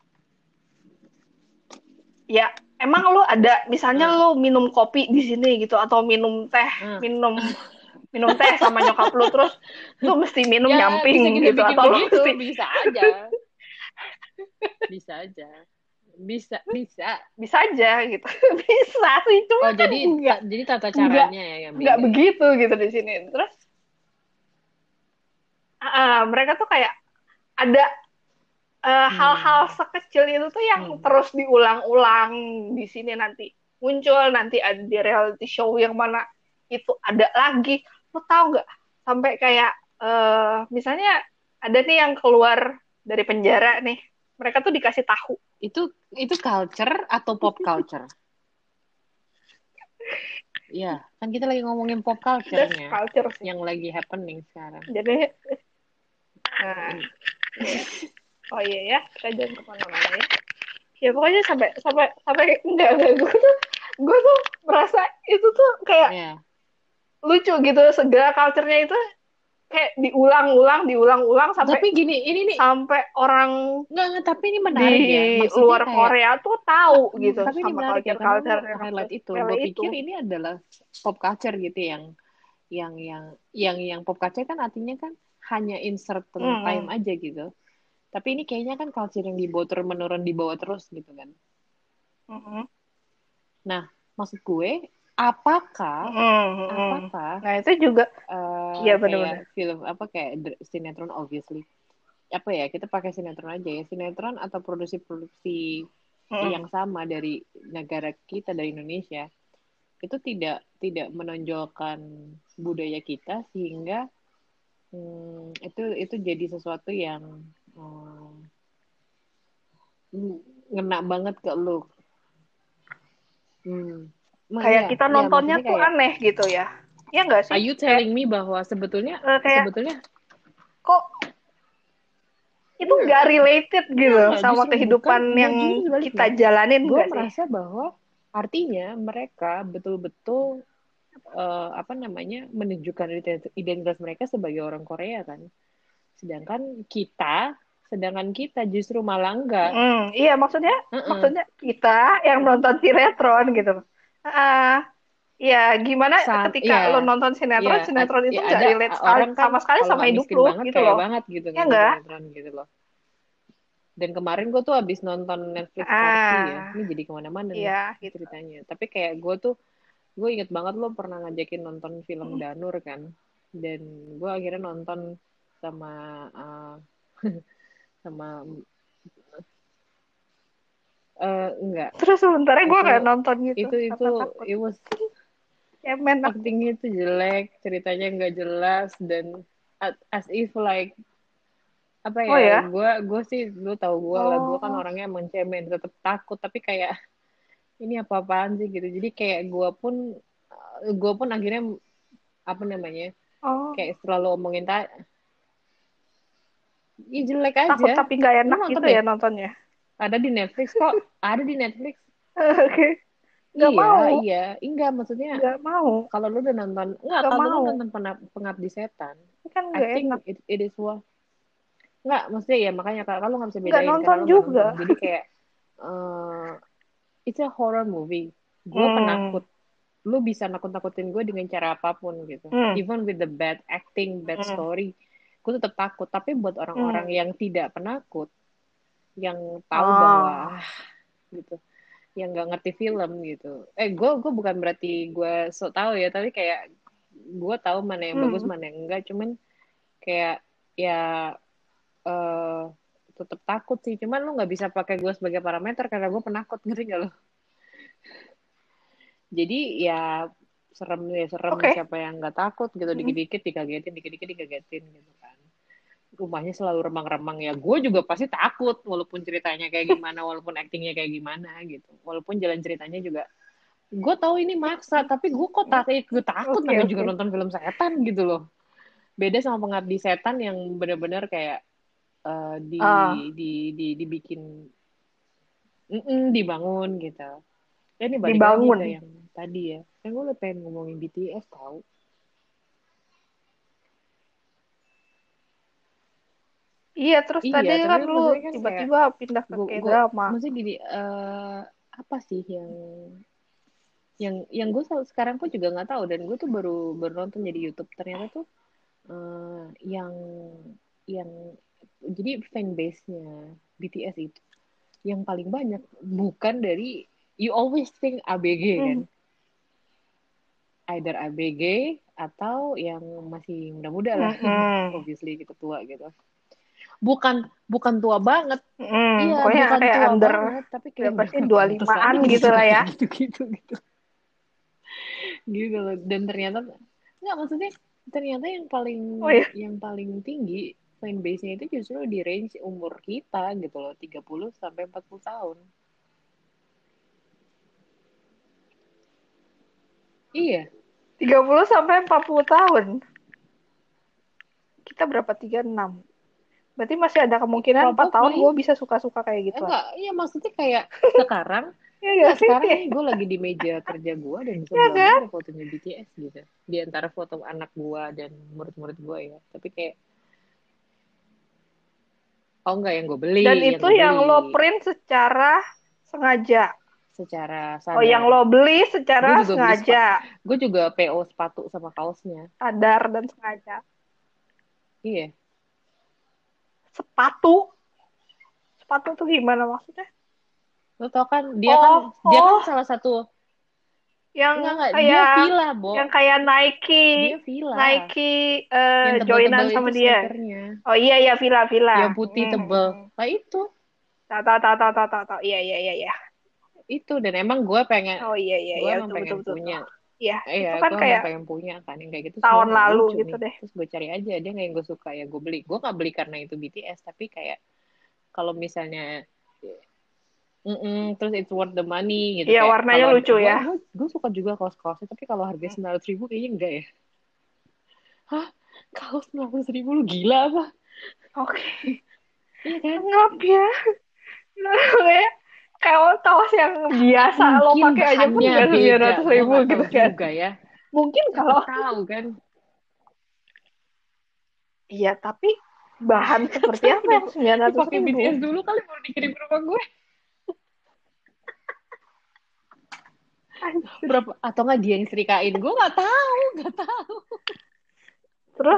ya, emang lo ada misalnya
Hmm.
lo minum kopi di sini gitu, atau
Hmm.
minum minum teh sama nyokap lo, terus lo mesti minum
Ya bisa
nyamping
kita
gitu,
bikin
atau lo
begitu,
mesti
bisa aja, bisa aja, bisa.
bisa aja gitu. Bisa sih, cuma
Oh
kan
jadi tata
enggak
caranya ya yang
enggak
beda ya.
begitu gitu di sini. Terus mereka tuh kayak ada hal-hal
Hmm.
sekecil itu tuh yang
Hmm.
terus diulang-ulang di sini, nanti muncul, nanti ada di reality show yang mana itu ada lagi. Lo tau nggak, sampai kayak misalnya ada nih yang keluar dari penjara nih, mereka tuh dikasih tahu.
Itu culture atau pop culture? Ya, kan kita lagi ngomongin pop
That's
culture-nya
culture sih.
yang lagi happening sekarang.
Jadi nah,
In-
oh iya ya, kita jangan kemana-mana ya. Ya pokoknya sampai sampai sampai enggak, gue tuh merasa itu tuh kayak
Ya,
lucu gitu, segala culture-nya itu kayak diulang-ulang sampai
tapi gini, ini nih
sampai orang
nggak, tapi ini
di
menarik ya. Maksudnya
luar
kayak
Korea tuh tahu gitu
tapi ini
sama
menarik ya karena lu
culture-culture yang
highlight itu.
sepele
Gue
itu.
pikir ini adalah pop culture gitu yang yang pop culture kan artinya kan hanya in certain time
Hmm.
aja gitu. Tapi ini kayaknya kan culture yang dibawa turun menurun dibawa terus gitu kan.
Hmm.
Nah, maksud gue, apakah
Hmm.
apakah
Nah itu juga, iya
kayak
benar-benar.
film apa kayak sinetron obviously apa ya kita pakai sinetron aja ya sinetron atau produksi-produksi
Hmm.
yang sama dari negara kita dari Indonesia itu tidak tidak menonjolkan budaya kita sehingga itu jadi sesuatu yang hmm, ngena banget ke lu. Hmm.
Kayak
Iya,
kita
iya
nontonnya
maksudnya
tuh
kayak,
aneh gitu ya. Iya nggak
are
sih?
you
Kayak
telling me bahwa sebetulnya,
kayak
sebetulnya,
kok itu
enggak,
nggak related gitu
enggak,
sama
justru bukan,
kehidupan
enggak,
yang
justru
kita
sebaliknya.
jalanin
Gue
nggak sih?
merasa bahwa artinya mereka betul-betul apa namanya menunjukkan identitas mereka sebagai orang Korea kan. Sedangkan kita justru malah enggak.
Iya maksudnya
Heeh.
maksudnya kita yang nonton sinetron gitu. Ya gimana ketika
Ya,
lo nonton
ya,
sinetron, sinetron itu
ya
nggak
ada
relate sekali
orang kan
sama sekali
kalau
sama
nggak
hidup
miskin
lo
banget
gitu
kaya
loh.
banget gitu
Ya
nonton
enggak?
sinetron gitu loh. Dan kemarin gue tuh habis nonton Netflix Party ya.
Ah,
Ini jadi kemana-mana nih
iya gitu.
ceritanya. Tapi kayak gue inget banget lo pernah ngajakin nonton film Danur kan. Dan gue akhirnya nonton sama uh, sama enggak.
Terus sebentarnya gue
Itu
nggak nonton gitu
itu
karena takut.
it was
Cemen aku.
actingnya itu jelek, ceritanya nggak jelas dan as if like apa
Oh
ya,
ya?
gue sih lu tahu gue lah, gue kan
Oh,
orangnya emang cemen, tetap takut tapi kayak ini apa-apaan sih gitu, jadi kayak gue pun akhirnya apa namanya,
oh.
kayak selalu omongin ya jelek
Takut
aja.
tapi nggak
Lu
enak
nonton
gitu
deh,
ya nontonnya.
ada di Netflix kok, ada di Netflix.
Oke. Nggak
Iya,
mau.
iya, enggak maksudnya
Nggak mau.
kalau lu udah nonton, enggak,
Nggak
kalau lu
mau.
nonton Pengabdi Setan,
Ini kan
I
nggak
think
enak.
it is one. Enggak, maksudnya ya makanya kalau lu nggak bisa
Nggak
bedain karena
nonton
lu nggak
juga.
nonton, jadi kayak uh, it's a horror movie. Gue
Hmm.
penakut. Lu bisa nakut-nakutin gue dengan cara apapun gitu.
Hmm.
Even with the bad acting, bad
Hmm.
story, gue tetap takut. Tapi buat orang-orang
Hmm.
yang tidak penakut, yang tahu bahwa
Oh.
gitu, yang nggak ngerti film gitu. Gue bukan berarti gue so tahu ya, tapi kayak gue tahu mana yang bagus,
Hmm.
mana yang enggak. Cuman kayak ya eh tetap takut sih. Cuman lu nggak bisa pakai gue sebagai parameter karena gue penakut, ngerti gak lo? Jadi ya serem ya serem,
Oke.
siapa yang nggak takut gitu,
Hmm.
dikit-dikit dikagetin, dikit-dikit dikagetin gitu kan. Rumahnya selalu remang-remang ya, gue juga pasti takut walaupun ceritanya kayak gimana, walaupun aktingnya kayak gimana gitu, walaupun jalan ceritanya juga gue tahu ini maksa, tapi gue takut
Oke,
namanya juga
oke.
nonton film setan gitu loh. Beda sama Pengabdi Setan yang benar-benar kayak eh, di,
Ah,
dibikin dibangun gitu. Ini balik lagi ke
dibangun.
yang tadi ya, kan gue udah pengen ngomongin BTS tahu.
Iya, terus
Iya,
tadi
tapi
kan lu
maksudnya kan kayak
tiba-tiba pindah ke
gue
K-drama.
maksudnya gini, apa sih yang gue sekarang pun juga nggak tahu, dan gue tuh baru baru nonton jadi YouTube ternyata tuh yang jadi fanbase-nya BTS itu yang paling banyak bukan dari, you always think ABG kan,
Hmm.
either ABG atau yang masih muda-muda lah,
Hmm.
obviously gitu tua gitu, bukan bukan tua banget. Iya,
Pokoknya
bukan
kayak
tua
under
banget, tapi kayak
berapa
udah
sih?
gak
Dua
pantas
limaan
aja jadi
gitu
suka
lah ya.
kayak gitu-gitu gitu. Gitu loh. Dan ternyata nggak, maksudnya ternyata
Oh ya,
yang paling tinggi fanbase-nya itu justru di range umur kita gitu loh, 30 sampai 40 tahun. Iya,
30 sampai 40 tahun. Kita berapa? 36. Berarti masih ada kemungkinan 4 tahun gue
probably.
bisa suka-suka kayak gituan.
Enggak, iya maksudnya kayak sekarang,
Ya gak
enggak,
sih?
sekarang nih gue lagi di meja kerja gue dan di
Ya
sebelah gue
kan?
ada fotonya BTS gitu. Di antara foto anak gue dan murid-murid gue ya. Tapi kayak, oh enggak,
Dan
yang
itu
gue
yang
beli
lo print secara sengaja.
secara
Oh, yang
sadar.
lo beli
Gue
secara
juga
sengaja.
gue juga PO sepatu sama kaosnya.
Sadar dan sengaja.
Iya,
Sepatu? Sepatu tuh gimana maksudnya?
lo tau kan
Oh,
dia kan
oh,
salah satu,
yang
enggak, dia
kayak
Fila, Bo.
yang kayak Nike,
Dia Fila.
Nike
Yang
joinan
tebel-tebel
sama
itu
dia.
sneakernya.
Oh iya iya Villa Villa.
Yang putih tebel. Nah itu.
Tahu tahu tahu tahu tahu tahu tahu. Iya iya iya iya.
Itu. Dan emang
Oh iya iya
gue
iya
emang
betul betul
pengen
betul betul.
punya.
Iya,
Iya,
itu kan
gue emang
kayak
pengen punya kan. Yang kayak gitu
tahun
sebenarnya nggak
lalu
lucu
gitu
nih.
deh.
Terus gue cari aja, dia nggak yang gue suka, ya gue beli. Gue nggak beli karena itu BTS. Tapi kayak, kalau misalnya Terus it's worth the money gitu,
Iya,
kayak
warnanya
kalau
lucu
gue
ya.
gue suka juga kaos-kaosnya, tapi kalau harga 900 ribu kayaknya enggak ya. Hah, kaos 900 ribu, lu gila apa?
Oke.
Iya kan?
Ngap ya. Namanya kaos yang biasa lo
Mungkin
pakai aja pun
bahannya
gak sembilan
beda,
ratus
gue
ribu
nggak tahu
gitu kan.
juga ya.
Mungkin
Siapa
kalau,
tahu kan?
iya tapi bahan seperti apa yang sembilan ratus
Dipakai
ribu?
BTS dulu kali baru dikirim ke rumah gue.
Anjir.
Berapa? Atau nggak dia yang serikain? Gue nggak tahu, nggak tahu.
Terus,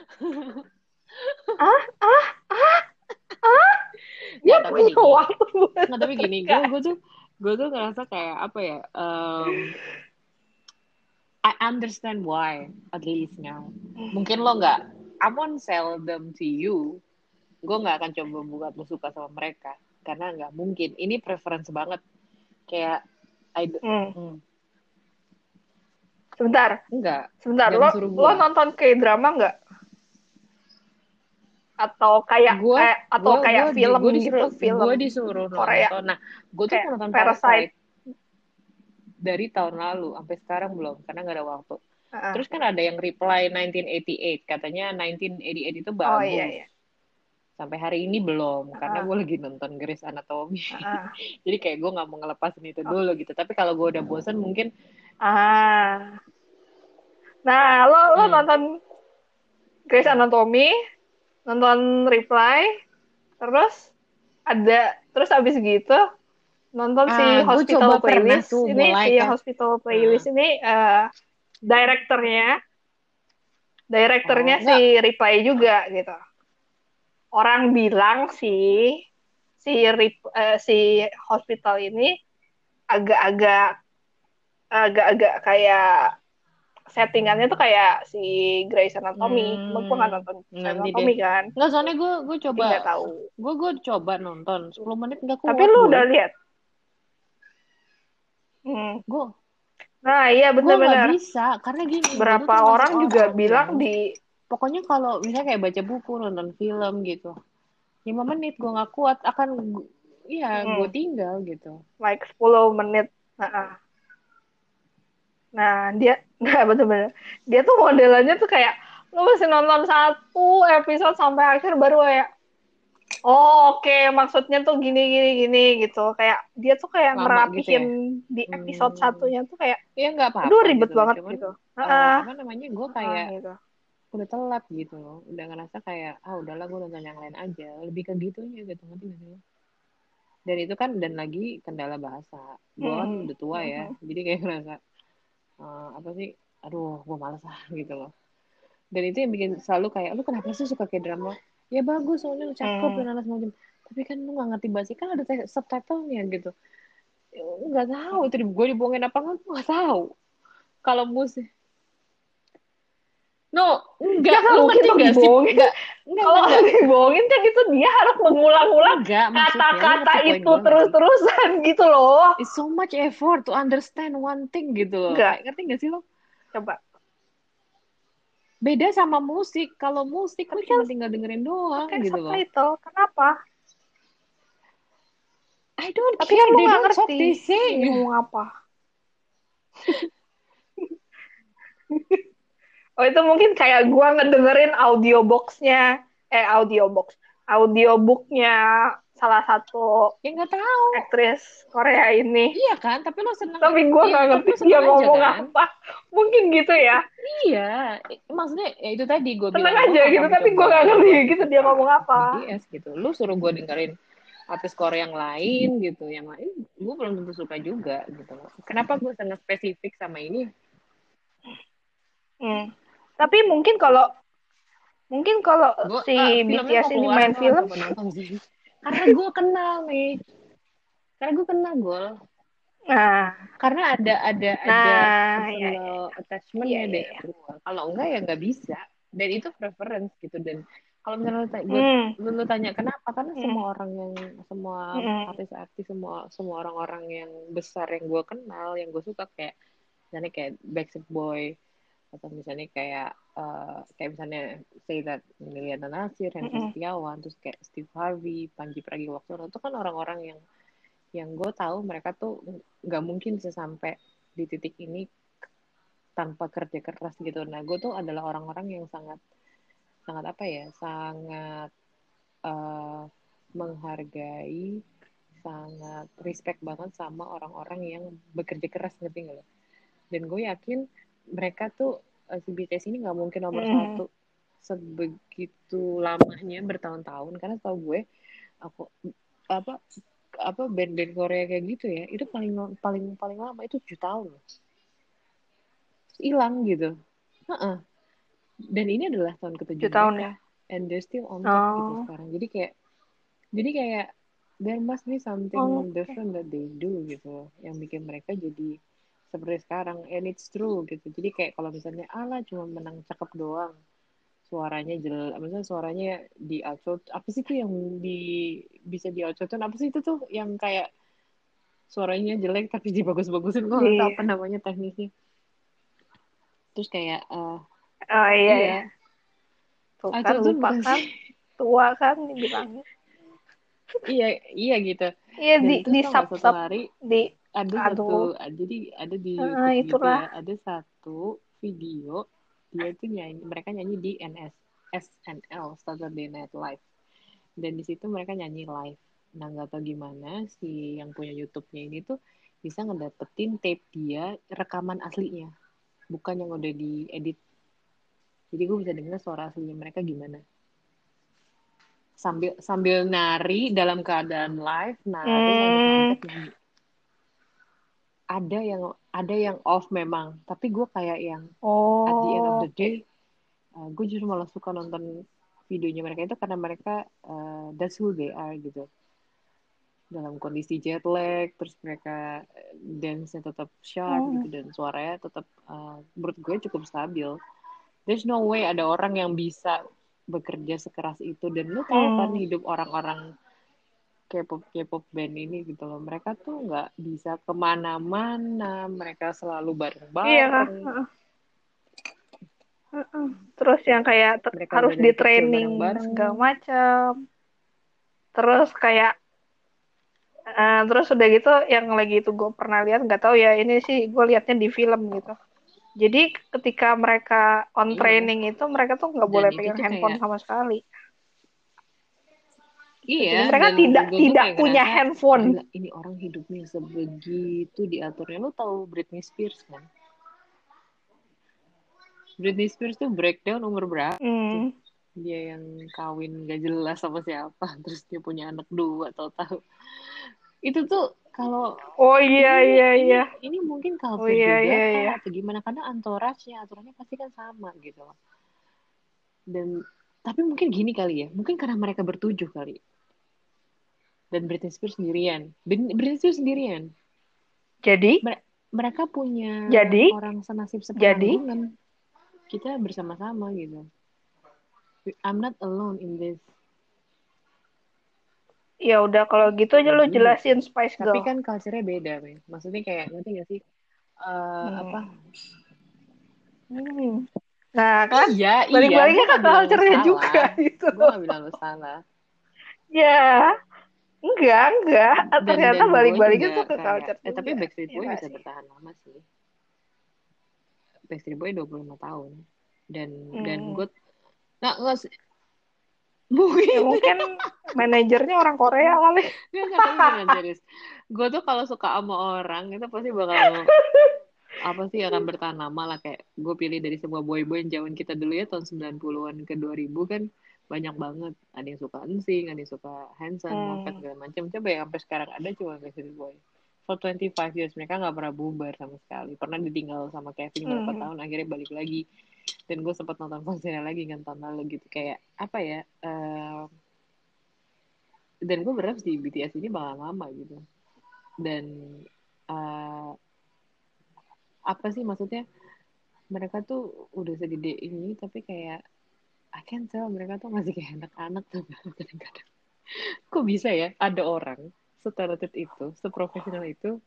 ah, ah, ah, ah, dia
Nggak, tapi
punya
gini.
waktu buat
Nggak, tapi gini.
setrika.
Gue tuh ngerasa kayak apa ya? I understand why, at least now. Mungkin lo nggak, I won't sell them to you. Gue nggak akan coba buat lo suka sama mereka. Karena nggak mungkin. Ini preference banget. Kayak, I,
Hmm.
hmm,
Sebentar,
enggak.
sebentar.
Jangan
Lo
suruh
lo
gue.
nonton K-drama nggak?
Gue,
Atau kayak film gitu,
gue
film
disuruh
Korea
nonton. Nah, gue tuh
kayak
mau nonton
Parasite.
Parasite dari tahun lalu. Sampai sekarang belum. Karena nggak ada waktu.
Ah.
Terus kan ada yang reply 1988. Katanya 1988 itu
Oh iya
bagus.
iya.
Sampai hari ini belum, karena
Ah.
gue lagi nonton Grey's Anatomy.
Ah.
Jadi kayak gue nggak mau ngelepasin itu
Oh.
dulu gitu. Tapi kalau gue udah bosan mungkin,
Ah. Nah, lo
hmm,
nonton Grey's
hmm.
Anatomy, nonton Reply, terus terus abis gitu nonton si
Gue coba
Hospital
pernah
Playlist.
tuh
Ini
mulai
si
kan.
Hospital
Nah,
Playlist ini direkturnya direkturnya si
enggak.
Reply juga gitu. Orang bilang si Hospital ini agak-agak agak-agak kayak settingannya tuh kayak si Grey's Anatomy. Cuma gue nggak nonton Grey's
Nanti deh.
Anatomy kan,
Enggak, soalnya gue
jadi
coba,
nggak tahu.
gue coba nonton 10 menit nggak
Tapi
kuat
lu
gue.
udah lihat? Hmm.
Gue
Nah iya
gue nggak
bener-bener.
bisa, karena gini, gue tuh
Berapa
termasuk
orang juga
orang
bilang
yang,
di
pokoknya kalau misalnya kayak baca buku, nonton film gitu, 5 menit gue nggak kuat, iya gue
hmm,
tinggal gitu.
like 10 menit. Nah, nah nah bener-bener. Dia tuh modelannya tuh kayak lu mesti nonton satu episode sampai akhir baru kayak oh, oke, maksudnya tuh gini gini gini gitu. Kayak dia tuh kayak
Lama gitu
ngerapihin
ya.
di episode
Hmm,
satunya tuh kayak
ya nggak
aduh
apa-apa
ribet
gitu loh,
banget
cuman
gitu. Heeh,
apa namanya, gue kayak
gitu.
udah telat gitu loh, udah ngerasa kayak udahlah gue nonton yang lain aja, lebih ke gitunya gitu, ngerti gak sih lo? Dan itu kan, dan lagi kendala bahasa, gue kan
Hmm,
udah tua ya,
hmm,
jadi kayak ngerasa apa sih, aduh gue males gitu loh. Dan itu yang bikin selalu kayak, lu kenapa sih suka kayak drama? Ya bagus soalnya lu cakep
hmm.
dan anak semacam, tapi kan lu nggak ngerti bahasa, kan ada subtitlenya gitu. Nggak tahu itu gue dibohongin apa nggak, gue nggak tahu. Kalau musik, no,
Ya
enggak,
nggak
lu
mungkin
ngerti
dong
nggak sih?
dibohongin. Kalau
Enggak.
dibohongin kan itu dia harus mengulang-ulang
Enggak, maksudnya lu
kata-kata
ngerti poin
itu
gue nggak sih?
terus-terusan gitu loh.
It's so much effort to understand one thing gitu loh.
Enggak,
Kayak ngerti nggak sih lo?
coba.
Beda sama musik. Kalau musik lu
Tapi kan
cuma tinggal dengerin doang
pakai
gitu loh.
subtitle. Kenapa?
I don't
Tapi kan
care,
lu
they
nggak
don't talk,
ngerti
they
dia
sing.
ngomong apa. Oh itu mungkin kayak gua ngedengerin audiobooknya salah satu
Ya nggak tahu.
aktris Korea ini.
Iya kan? Tapi lo seneng,
Tapi gua
iya,
nggak
tapi
ngerti
lo
dia
seneng aja
ngomong
kan?
apa. Mungkin gitu ya.
Iya, maksudnya ya itu tadi gue
Seneng
bilang, gue
aja
nggak
gitu,
akan
tapi
coba
gua nggak ngerti
buat lo
gitu dia
suka
ngomong apa.
BTS gitu. Lu suruh gue dengerin artis Korea yang lain gitu, yang lain gue belum tentu suka juga gitu loh. Kenapa gue sangat spesifik sama ini?
Hmm. Tapi mungkin kalau
Gue
si
filmnya
BTS
mau
ini
keluar,
main
gue akan
film,
coba nonton sih. Karena gue kenal nih, karena gue kenal gue,
nah,
karena ada
nah, ya, ya,
personal
ya,
attachmentnya
ya,
deh
ya.
ke gue. Kalau enggak ya nggak bisa. Dan itu preference gitu. Dan kalau misalnya
Hmm,
lu tanya kenapa, karena
hmm,
semua
hmm,
artis-artis, semua orang-orang yang besar yang gue kenal, yang gue suka, kayak misalnya kayak Backstreet Boy, atau misalnya kayak misalnya say that Liliana Natsir, Henry
hmm,
Setiawan, terus kayak Steve Harvey, Panji Pragiwaksono, itu kan orang-orang yang gue tahu mereka tuh nggak mungkin bisa sampai di titik ini tanpa kerja keras gitu. Nah, gue tuh adalah orang-orang yang sangat sangat apa ya, sangat uh, menghargai, sangat respect banget sama orang-orang yang bekerja keras, ngerti nggak lo? Dan gue yakin mereka tuh si BTS ini nggak mungkin nomor satu sebegitu lamanya bertahun-tahun, karena tau gue aku apa apa band-band Korea kayak gitu ya, itu paling paling paling lama itu 7 tahun hilang gitu. Uh-uh. Dan ini adalah tahun ketujuh
7 tahun
mereka,
ya.
and they're still on top gitu
Oh,
sekarang. Jadi kayak there must be
oh,
something
oke.
different that they do gitu yang bikin mereka jadi seperti sekarang, and it's true gitu. Jadi kayak kalau misalnya ala cuma menang cakep doang, suaranya jelas, misalnya suaranya di outshot, apa sih tuh yang di bisa di outshotkan, apa sih itu tuh yang kayak suaranya jelek tapi dibagus-bagusin, gue nggak tahu
Di,
apa namanya teknisnya. Terus kayak
oh iya ya.
iya,
Tuh kan
outshotkan
lupa
bukan
kan.
sih.
Tua kan dibilangnya.
Iya, iya gitu.
Iya
Dan
di
itu
di
tau
sub
nggak, satu
sub
hari
di
ada satu,
aduh.
jadi ada di YouTube gitu
Itulah.
ya, ada satu video dia tuh nyanyi, mereka nyanyi di SNL, Saturday Night Live, dan di situ mereka nyanyi live. Nah, nggak tahu gimana si yang punya YouTube-nya ini tuh bisa ngedapetin tape dia rekaman aslinya, bukan yang udah diedit. Jadi gue bisa dengar suara aslinya mereka gimana, sambil sambil nari dalam keadaan live, nari
Hmm.
loncat-loncat nyanyi. Ada yang off memang, tapi gue kayak yang at the end of
Oh,
the
oke.
day, gue justru malah suka nonton videonya mereka itu karena mereka that's who they are gitu, dalam kondisi jet lag, terus mereka dance-nya tetap sharp gitu,
Hmm.
dan suaranya tetap menurut gue cukup stabil. There's no way ada orang yang bisa bekerja sekeras itu. Dan lu tahu kan
Hmm.
hidup orang-orang K-pop band ini gitu loh, mereka tuh nggak bisa kemana-mana, mereka selalu
Iya kak.
bareng-bareng,
Heeh. Terus yang kayak
mereka
harus
udah
di
dari kecil
training
bareng-bareng.
segala macam. Terus kayak terus udah gitu yang lagi itu gue pernah lihat, nggak tahu ya ini sih gue liatnya di film gitu. Jadi ketika mereka on
Iya,
training itu mereka tuh nggak
dan
boleh
itu
pegang
tuh
handphone
kayak,
sama sekali. Gitu.
iya,
Jadi mereka
dan
tidak
gue tuh
tidak
kayak
punya
ngerasa
handphone.
gila, ini orang hidupnya sebegitu diaturnya. Lu tahu Britney Spears kan? Britney Spears tuh breakdown umur berapa tuh?
Hmm.
Dia yang kawin gak jelas sama siapa, terus dia punya anak dua, tahu-tahu. Itu tuh kalau
Oh iya
ini
iya iya.
ini ini mungkin
Oh
culture
iya
juga
iya iya.
kah atau gimana, karena entourage-nya, aturannya pasti kan sama gitu loh. Dan tapi mungkin gini kali ya, mungkin karena mereka bertujuh kali, dan Britney Spears sendirian. Britney Spears sendirian.
Jadi
Mereka punya
jadi
orang senasib
jadi
sepenanggungan. Kita bersama-sama gitu. I'm not alone in this.
ya udah kalau gitu aja
Ya
lu
gini
jelasin
sih.
Spice
Tapi
Girl.
kan culture-nya beda, men. Maksudnya kayak, ngerti gak sih? Apa?
Hmm. Hmm. Nah kan
Iya, iya. Gue
balik-baliknya ke
gak bilang lu
culture-nya
salah.
juga gitu.
Gue gak bilang lu salah.
Ya, enggak.
Dan
Ternyata
gue
balik-baliknya tuh
juga
ke
kayak,
culture
tapi
juga.
Backstreet
Ya
Boy
nggak
bisa
sih?
bertahan lama sih. Backstreet Boy 25 tahun. Dan
Hmm.
gue, nggak sih.
Ya
Mungkin.
mungkin manajernya orang Korea kali.
Nggak, tapi beneran serius. Gue tuh kalau suka sama orang, itu pasti bakal apa sih, akan bertahan lama lah. Kayak gue pilih dari semua boy-boy yang zaman kita dulu ya, tahun 90-an ke 2000 kan banyak banget. Ada yang suka NSYNC, ada yang suka Hanson, Moffat,
Hmm.
segala macam. Coba yang sampai sekarang ada cuma Backstreet Boy. For 25 years mereka nggak pernah bubar sama sekali. Pernah ditinggal sama Kevin berapa
Hmm.
tahun, akhirnya balik lagi. Dan gue sempat nonton konsernya lagi kan tahun lalu gitu. Kayak apa ya? Dan gue berharap di BTS ini bakal lama gitu. Dan uh, apa sih maksudnya, mereka tuh udah segede ini tapi kayak I can tell mereka tuh masih kayak anak-anak tuh kadang-kadang. Kok bisa ya ada orang setalented itu, seprofesional itu,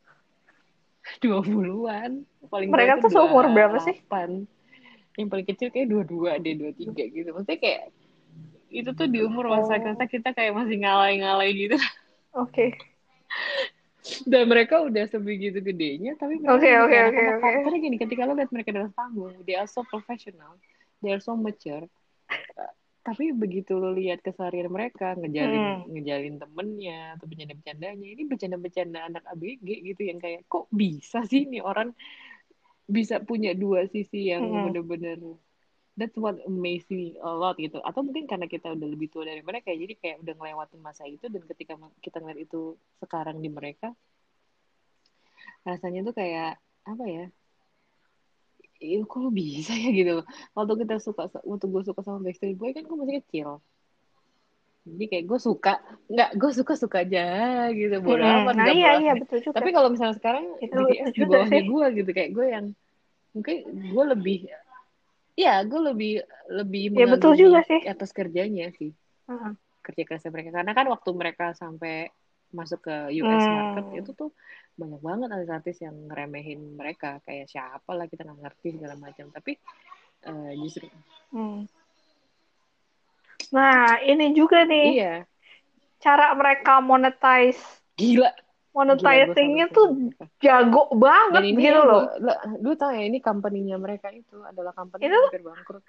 20-an, paling tua
Mereka
itu
tuh seumur berapa sih?
28, yang paling kecil kayak 22 deh, 23 gitu. Maksudnya kayak itu tuh di umur masa
Oh,
kita kayak masih ngalai-ngalai gitu.
oke.
Dan mereka udah sebegitu gedenya, tapi mereka
Oke,
masih
oke,
kayak
oke,
anak-anak.
oke.
Karena gini, ketika lo lihat mereka dalam panggung, they are so professional, they are so mature. Tapi begitu lo lihat keseharian mereka, ngejalin
Mm-mm.
ngejalin temennya atau bercanda-bercandanya, ini bercanda-bercanda anak ABG gitu yang kayak kok bisa sih nih orang bisa punya dua sisi yang
Mm-mm.
bener-bener. That's what amaze me a lot gitu. Atau mungkin karena kita udah lebih tua dari mereka, jadi kayak udah ngelewatin masa itu, dan ketika kita ngeliat itu sekarang di mereka, rasanya tuh kayak apa ya? Ih, kok lo bisa ya gitu loh. Waktu gue suka sama Backstreet Boy kan gue masih kecil. Jadi kayak gue suka, nggak gue suka aja gitu. Bodo
Mm-mm.
amat,
Nah,
nggak
iya,
bodo
iya,
amat.
betul juga.
Tapi kalau misalnya sekarang
Itu
BTS di
juga
bawahnya
sih.
gue gitu, kayak gue yang mungkin gue lebih, ya gue lebih lebih
Ya, betul
mengagumi
juga sih.
atas kerjanya sih,
Heeh.
kerja kerasnya mereka. Karena kan waktu mereka sampai masuk ke US market itu
Hmm.
tuh banyak banget artis-artis yang ngeremehin mereka, kayak siapa lah kita nggak ngerti segala macam. Tapi justru
Hmm. Nah, ini juga nih
iya,
cara mereka monetize.
gila gila gue salut
Monetizingnya
sih
tuh
sama mereka.
jago
Dan
banget
ini
gitu loh.
lu tahu ya, ini company-nya mereka itu adalah company
Itu
yang
tuh,
hampir bangkrut.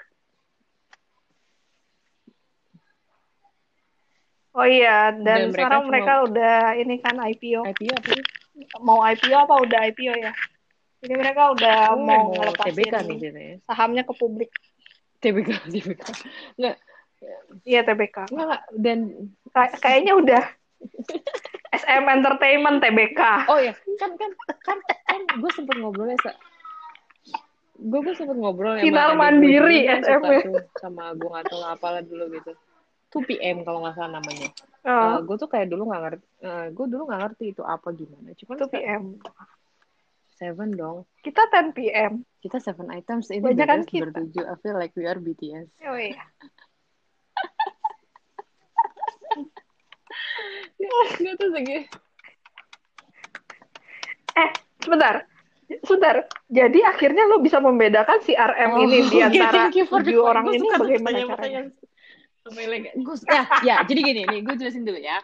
oh iya, dan
Dan mereka
sekarang
cuma
mereka udah ini kan IPO.
IPO apa sih?
Mau IPO apa udah IPO ya? Jadi mereka udah
Oh,
mau
mau TBK
ngelepasin
nih ceritanya.
sahamnya ke publik.
TBK, TBK. Nggak,
Iya, TBK.
nggak. Dan
Kayaknya udah SM Entertainment TBK.
oh ya, kan kan kan kan gue sempet ngobrol ya, gue sempet ngobrol sama
Sinar
adek gue juga,
Mandiri
dia yang suka
SM-nya.
tuh sama gue, nggak tahu apalah dulu gitu. 2PM kalau nggak salah namanya.
Oh,
Gue tuh kayak dulu nggak ngerti, gue dulu nggak ngerti itu apa gimana. Cuman
2 PM.
Seven dong.
Kita 10 PM.
Kita Seven Items, ini
Banyakan
BTS
kita.
bertujuh. I feel like we are BTS.
Oh iya.
Nggak tuh segini.
Sebentar. Sebentar. Jadi akhirnya lo bisa membedakan si RM
Oh,
ini di
oke, okay,
antara
thank you for the
7 orang
gue
ini
suka tuh
bagaimana caranya?
pertanyaan-pertanyaan sampai lega. Ya, jadi gini nih, gue jelasin dulu ya.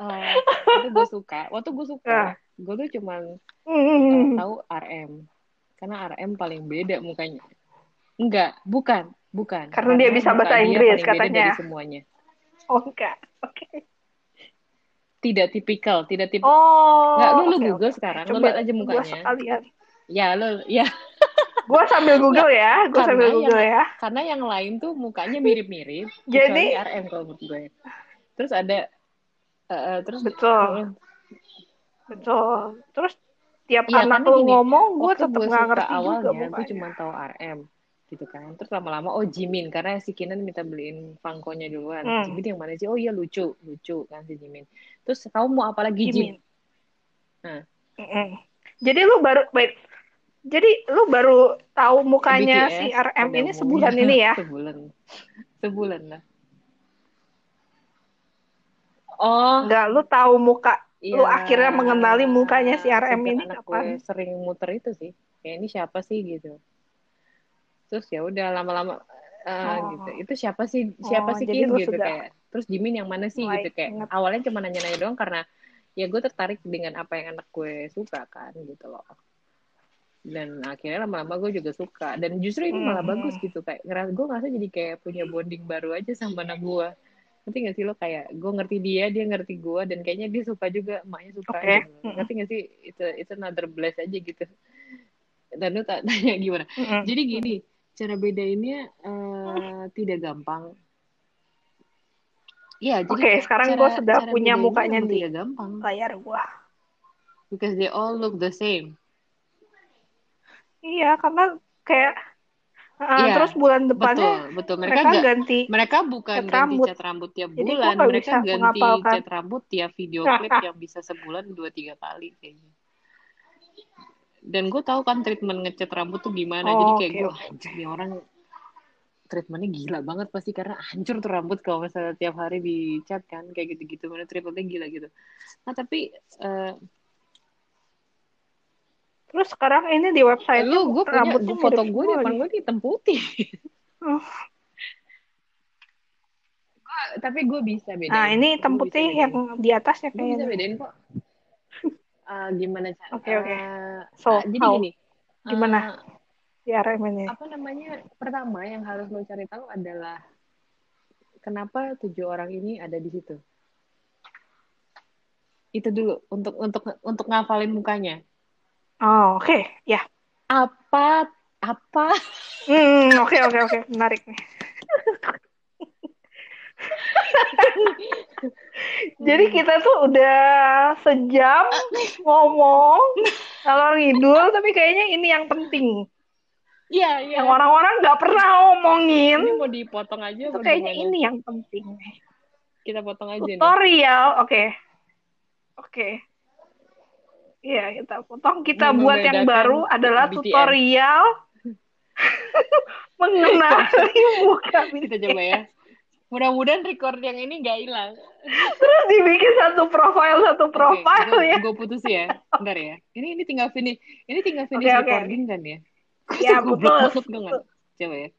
Waktu gue suka,
Nah.
gue tuh cuman
Hmm.
tahu RM, karena RM paling beda mukanya. Enggak, bukan,
Karena dia
karena
bisa
muka
bahasa
dia
Inggris
paling beda dari
katanya.
semuanya.
Oh enggak. Oke.
Tidak tipikal, nggak,
Oh,
lu
oke, oke,
Google
oke.
sekarang, lu
Coba
lihat aja
gue
mukanya.
sekalian.
Ya, ya.
Gue sambil
Nggak,
Google ya. Gue sambil Google ya.
karena yang lain tuh mukanya mirip-mirip, kecuali
Jadi,
RM kalau menurut gue. Terus ada, terus,
betul. Betul. Terus tiap
iya
anak
karena
lu
gini,
ngomong, gue
waktu
tetap
gue
nggak
suka
ngerti juga
awalnya, gue
mukanya.
cuma tahu RM gitu kan. Terus lama-lama, oh Jimin, karena si Kinan minta beliin Funko-nya duluan.
Hmm.
Jimin yang mana sih? Oh iya, lucu, lucu kan si Jimin. Terus kamu mau apa lagi Jin?
Jimin.
Nah,
Mm-mm. Jadi lu baru wait. Jadi lu baru tahu mukanya si
BTS
RM
pada
ini
umumnya
sebulan ini ya?
sebulan, sebulan lah. Oh,
Enggak, lu tahu muka. Lu
ya,
akhirnya mengenali mukanya si RM
sejak
ini
anak gue
kapan?
sering muter itu sih. Kayak ini siapa sih gitu. Terus ya udah lama-lama gitu.
Oh,
Itu siapa sih
jadi
Kin
lu
gitu
sudah
kayak. Terus Jimin yang mana sih gitu,
mulai
kayak
inget.
awalnya cuma nanya-nanya doang karena ya gue tertarik dengan apa yang anak gue suka kan gitu loh. Dan akhirnya lama-lama gue juga suka, dan justru ini malah bagus
Mm-mm.
gitu, kayak gue ngerasa jadi kayak punya bonding baru aja sama anak gue. Ngerti gak sih lo, kayak gue ngerti dia ngerti gue, dan kayaknya dia suka juga, emaknya suka
Oke.
gitu.
Mm-mm.
Ngerti gak sih, itu another bless aja gitu. Dan lu tanya gimana,
Mm-mm.
jadi gini,
Mm-mm.
cara bedainnya tidak gampang. Iya, jadi
Oke, sekarang
cara
gue sudah
cara
punya
bedainnya
mukanya
memang
di
tidak gampang,
layar gua.
because they all look the same.
Iya, karena kayak
Iya,
terus bulan depannya
betul, betul. Mereka
mereka
nggak,
ganti
mereka bukan
cat
ganti
rambut.
cat rambut tiap
Jadi gue
bulan,
nggak
mereka
bisa
ganti
mengapalkan.
cat rambut tiap video klip yang bisa sebulan 2 3 kali kayaknya. Dan gue tahu kan treatment ngecat rambut tuh gimana, jadi kayak
Oke,
gue
oke, oke.
anjir nih orang treatmentnya gila banget pasti, karena hancur tuh rambut kalau misalnya tiap hari dicat kan, kayak gitu-gitu, mana treatmentnya gila gitu. Nah tapi uh,
Terus sekarang ini di websitenya rambutnya
gue foto
mirip
gue di
semua
depan
lagi.
gue di hitam putih.
Hmm.
Tapi gue bisa
Nah,
bedain,
ini hitam putih yang di atasnya
gue bisa
kayaknya.
bedain kok. Gimana
Oke, oke. So,
jadi
how?
gini,
Gimana
uh,
CRM-nya?
apa namanya? Pertama yang harus lo cari tahu adalah kenapa 7 orang ini ada di situ. Itu dulu untuk ngafalin mukanya.
Oh, oke. Ya.
Apa apa
Oke, oke, oke. Menarik nih. Jadi kita tuh udah sejam ngomong ngalor ngidul, tapi kayaknya ini yang penting.
Iya, iya.
Yang orang-orang nggak pernah ngomongin,
Ini mau dipotong aja
itu
apa
kayaknya
gimana?
ini yang penting.
Kita potong aja nih.
Tutorial, oke. Oke. Iya, kita potong. Kita buat yang
Membedakan
baru adalah
BTS.
tutorial mengenali muka
Kita coba ya.
BTS.
Mudah-mudahan record yang ini nggak hilang.
Terus dibikin satu
Oke,
profile ya.
gue putus ya. Bentar ya. Ini tinggal finish. Ini tinggal
Oke,
finish
oke, oke.
recording kan ya? Gue
Ya,
goblok
putus.
banget gue nggak.
Putus.
Coba ya.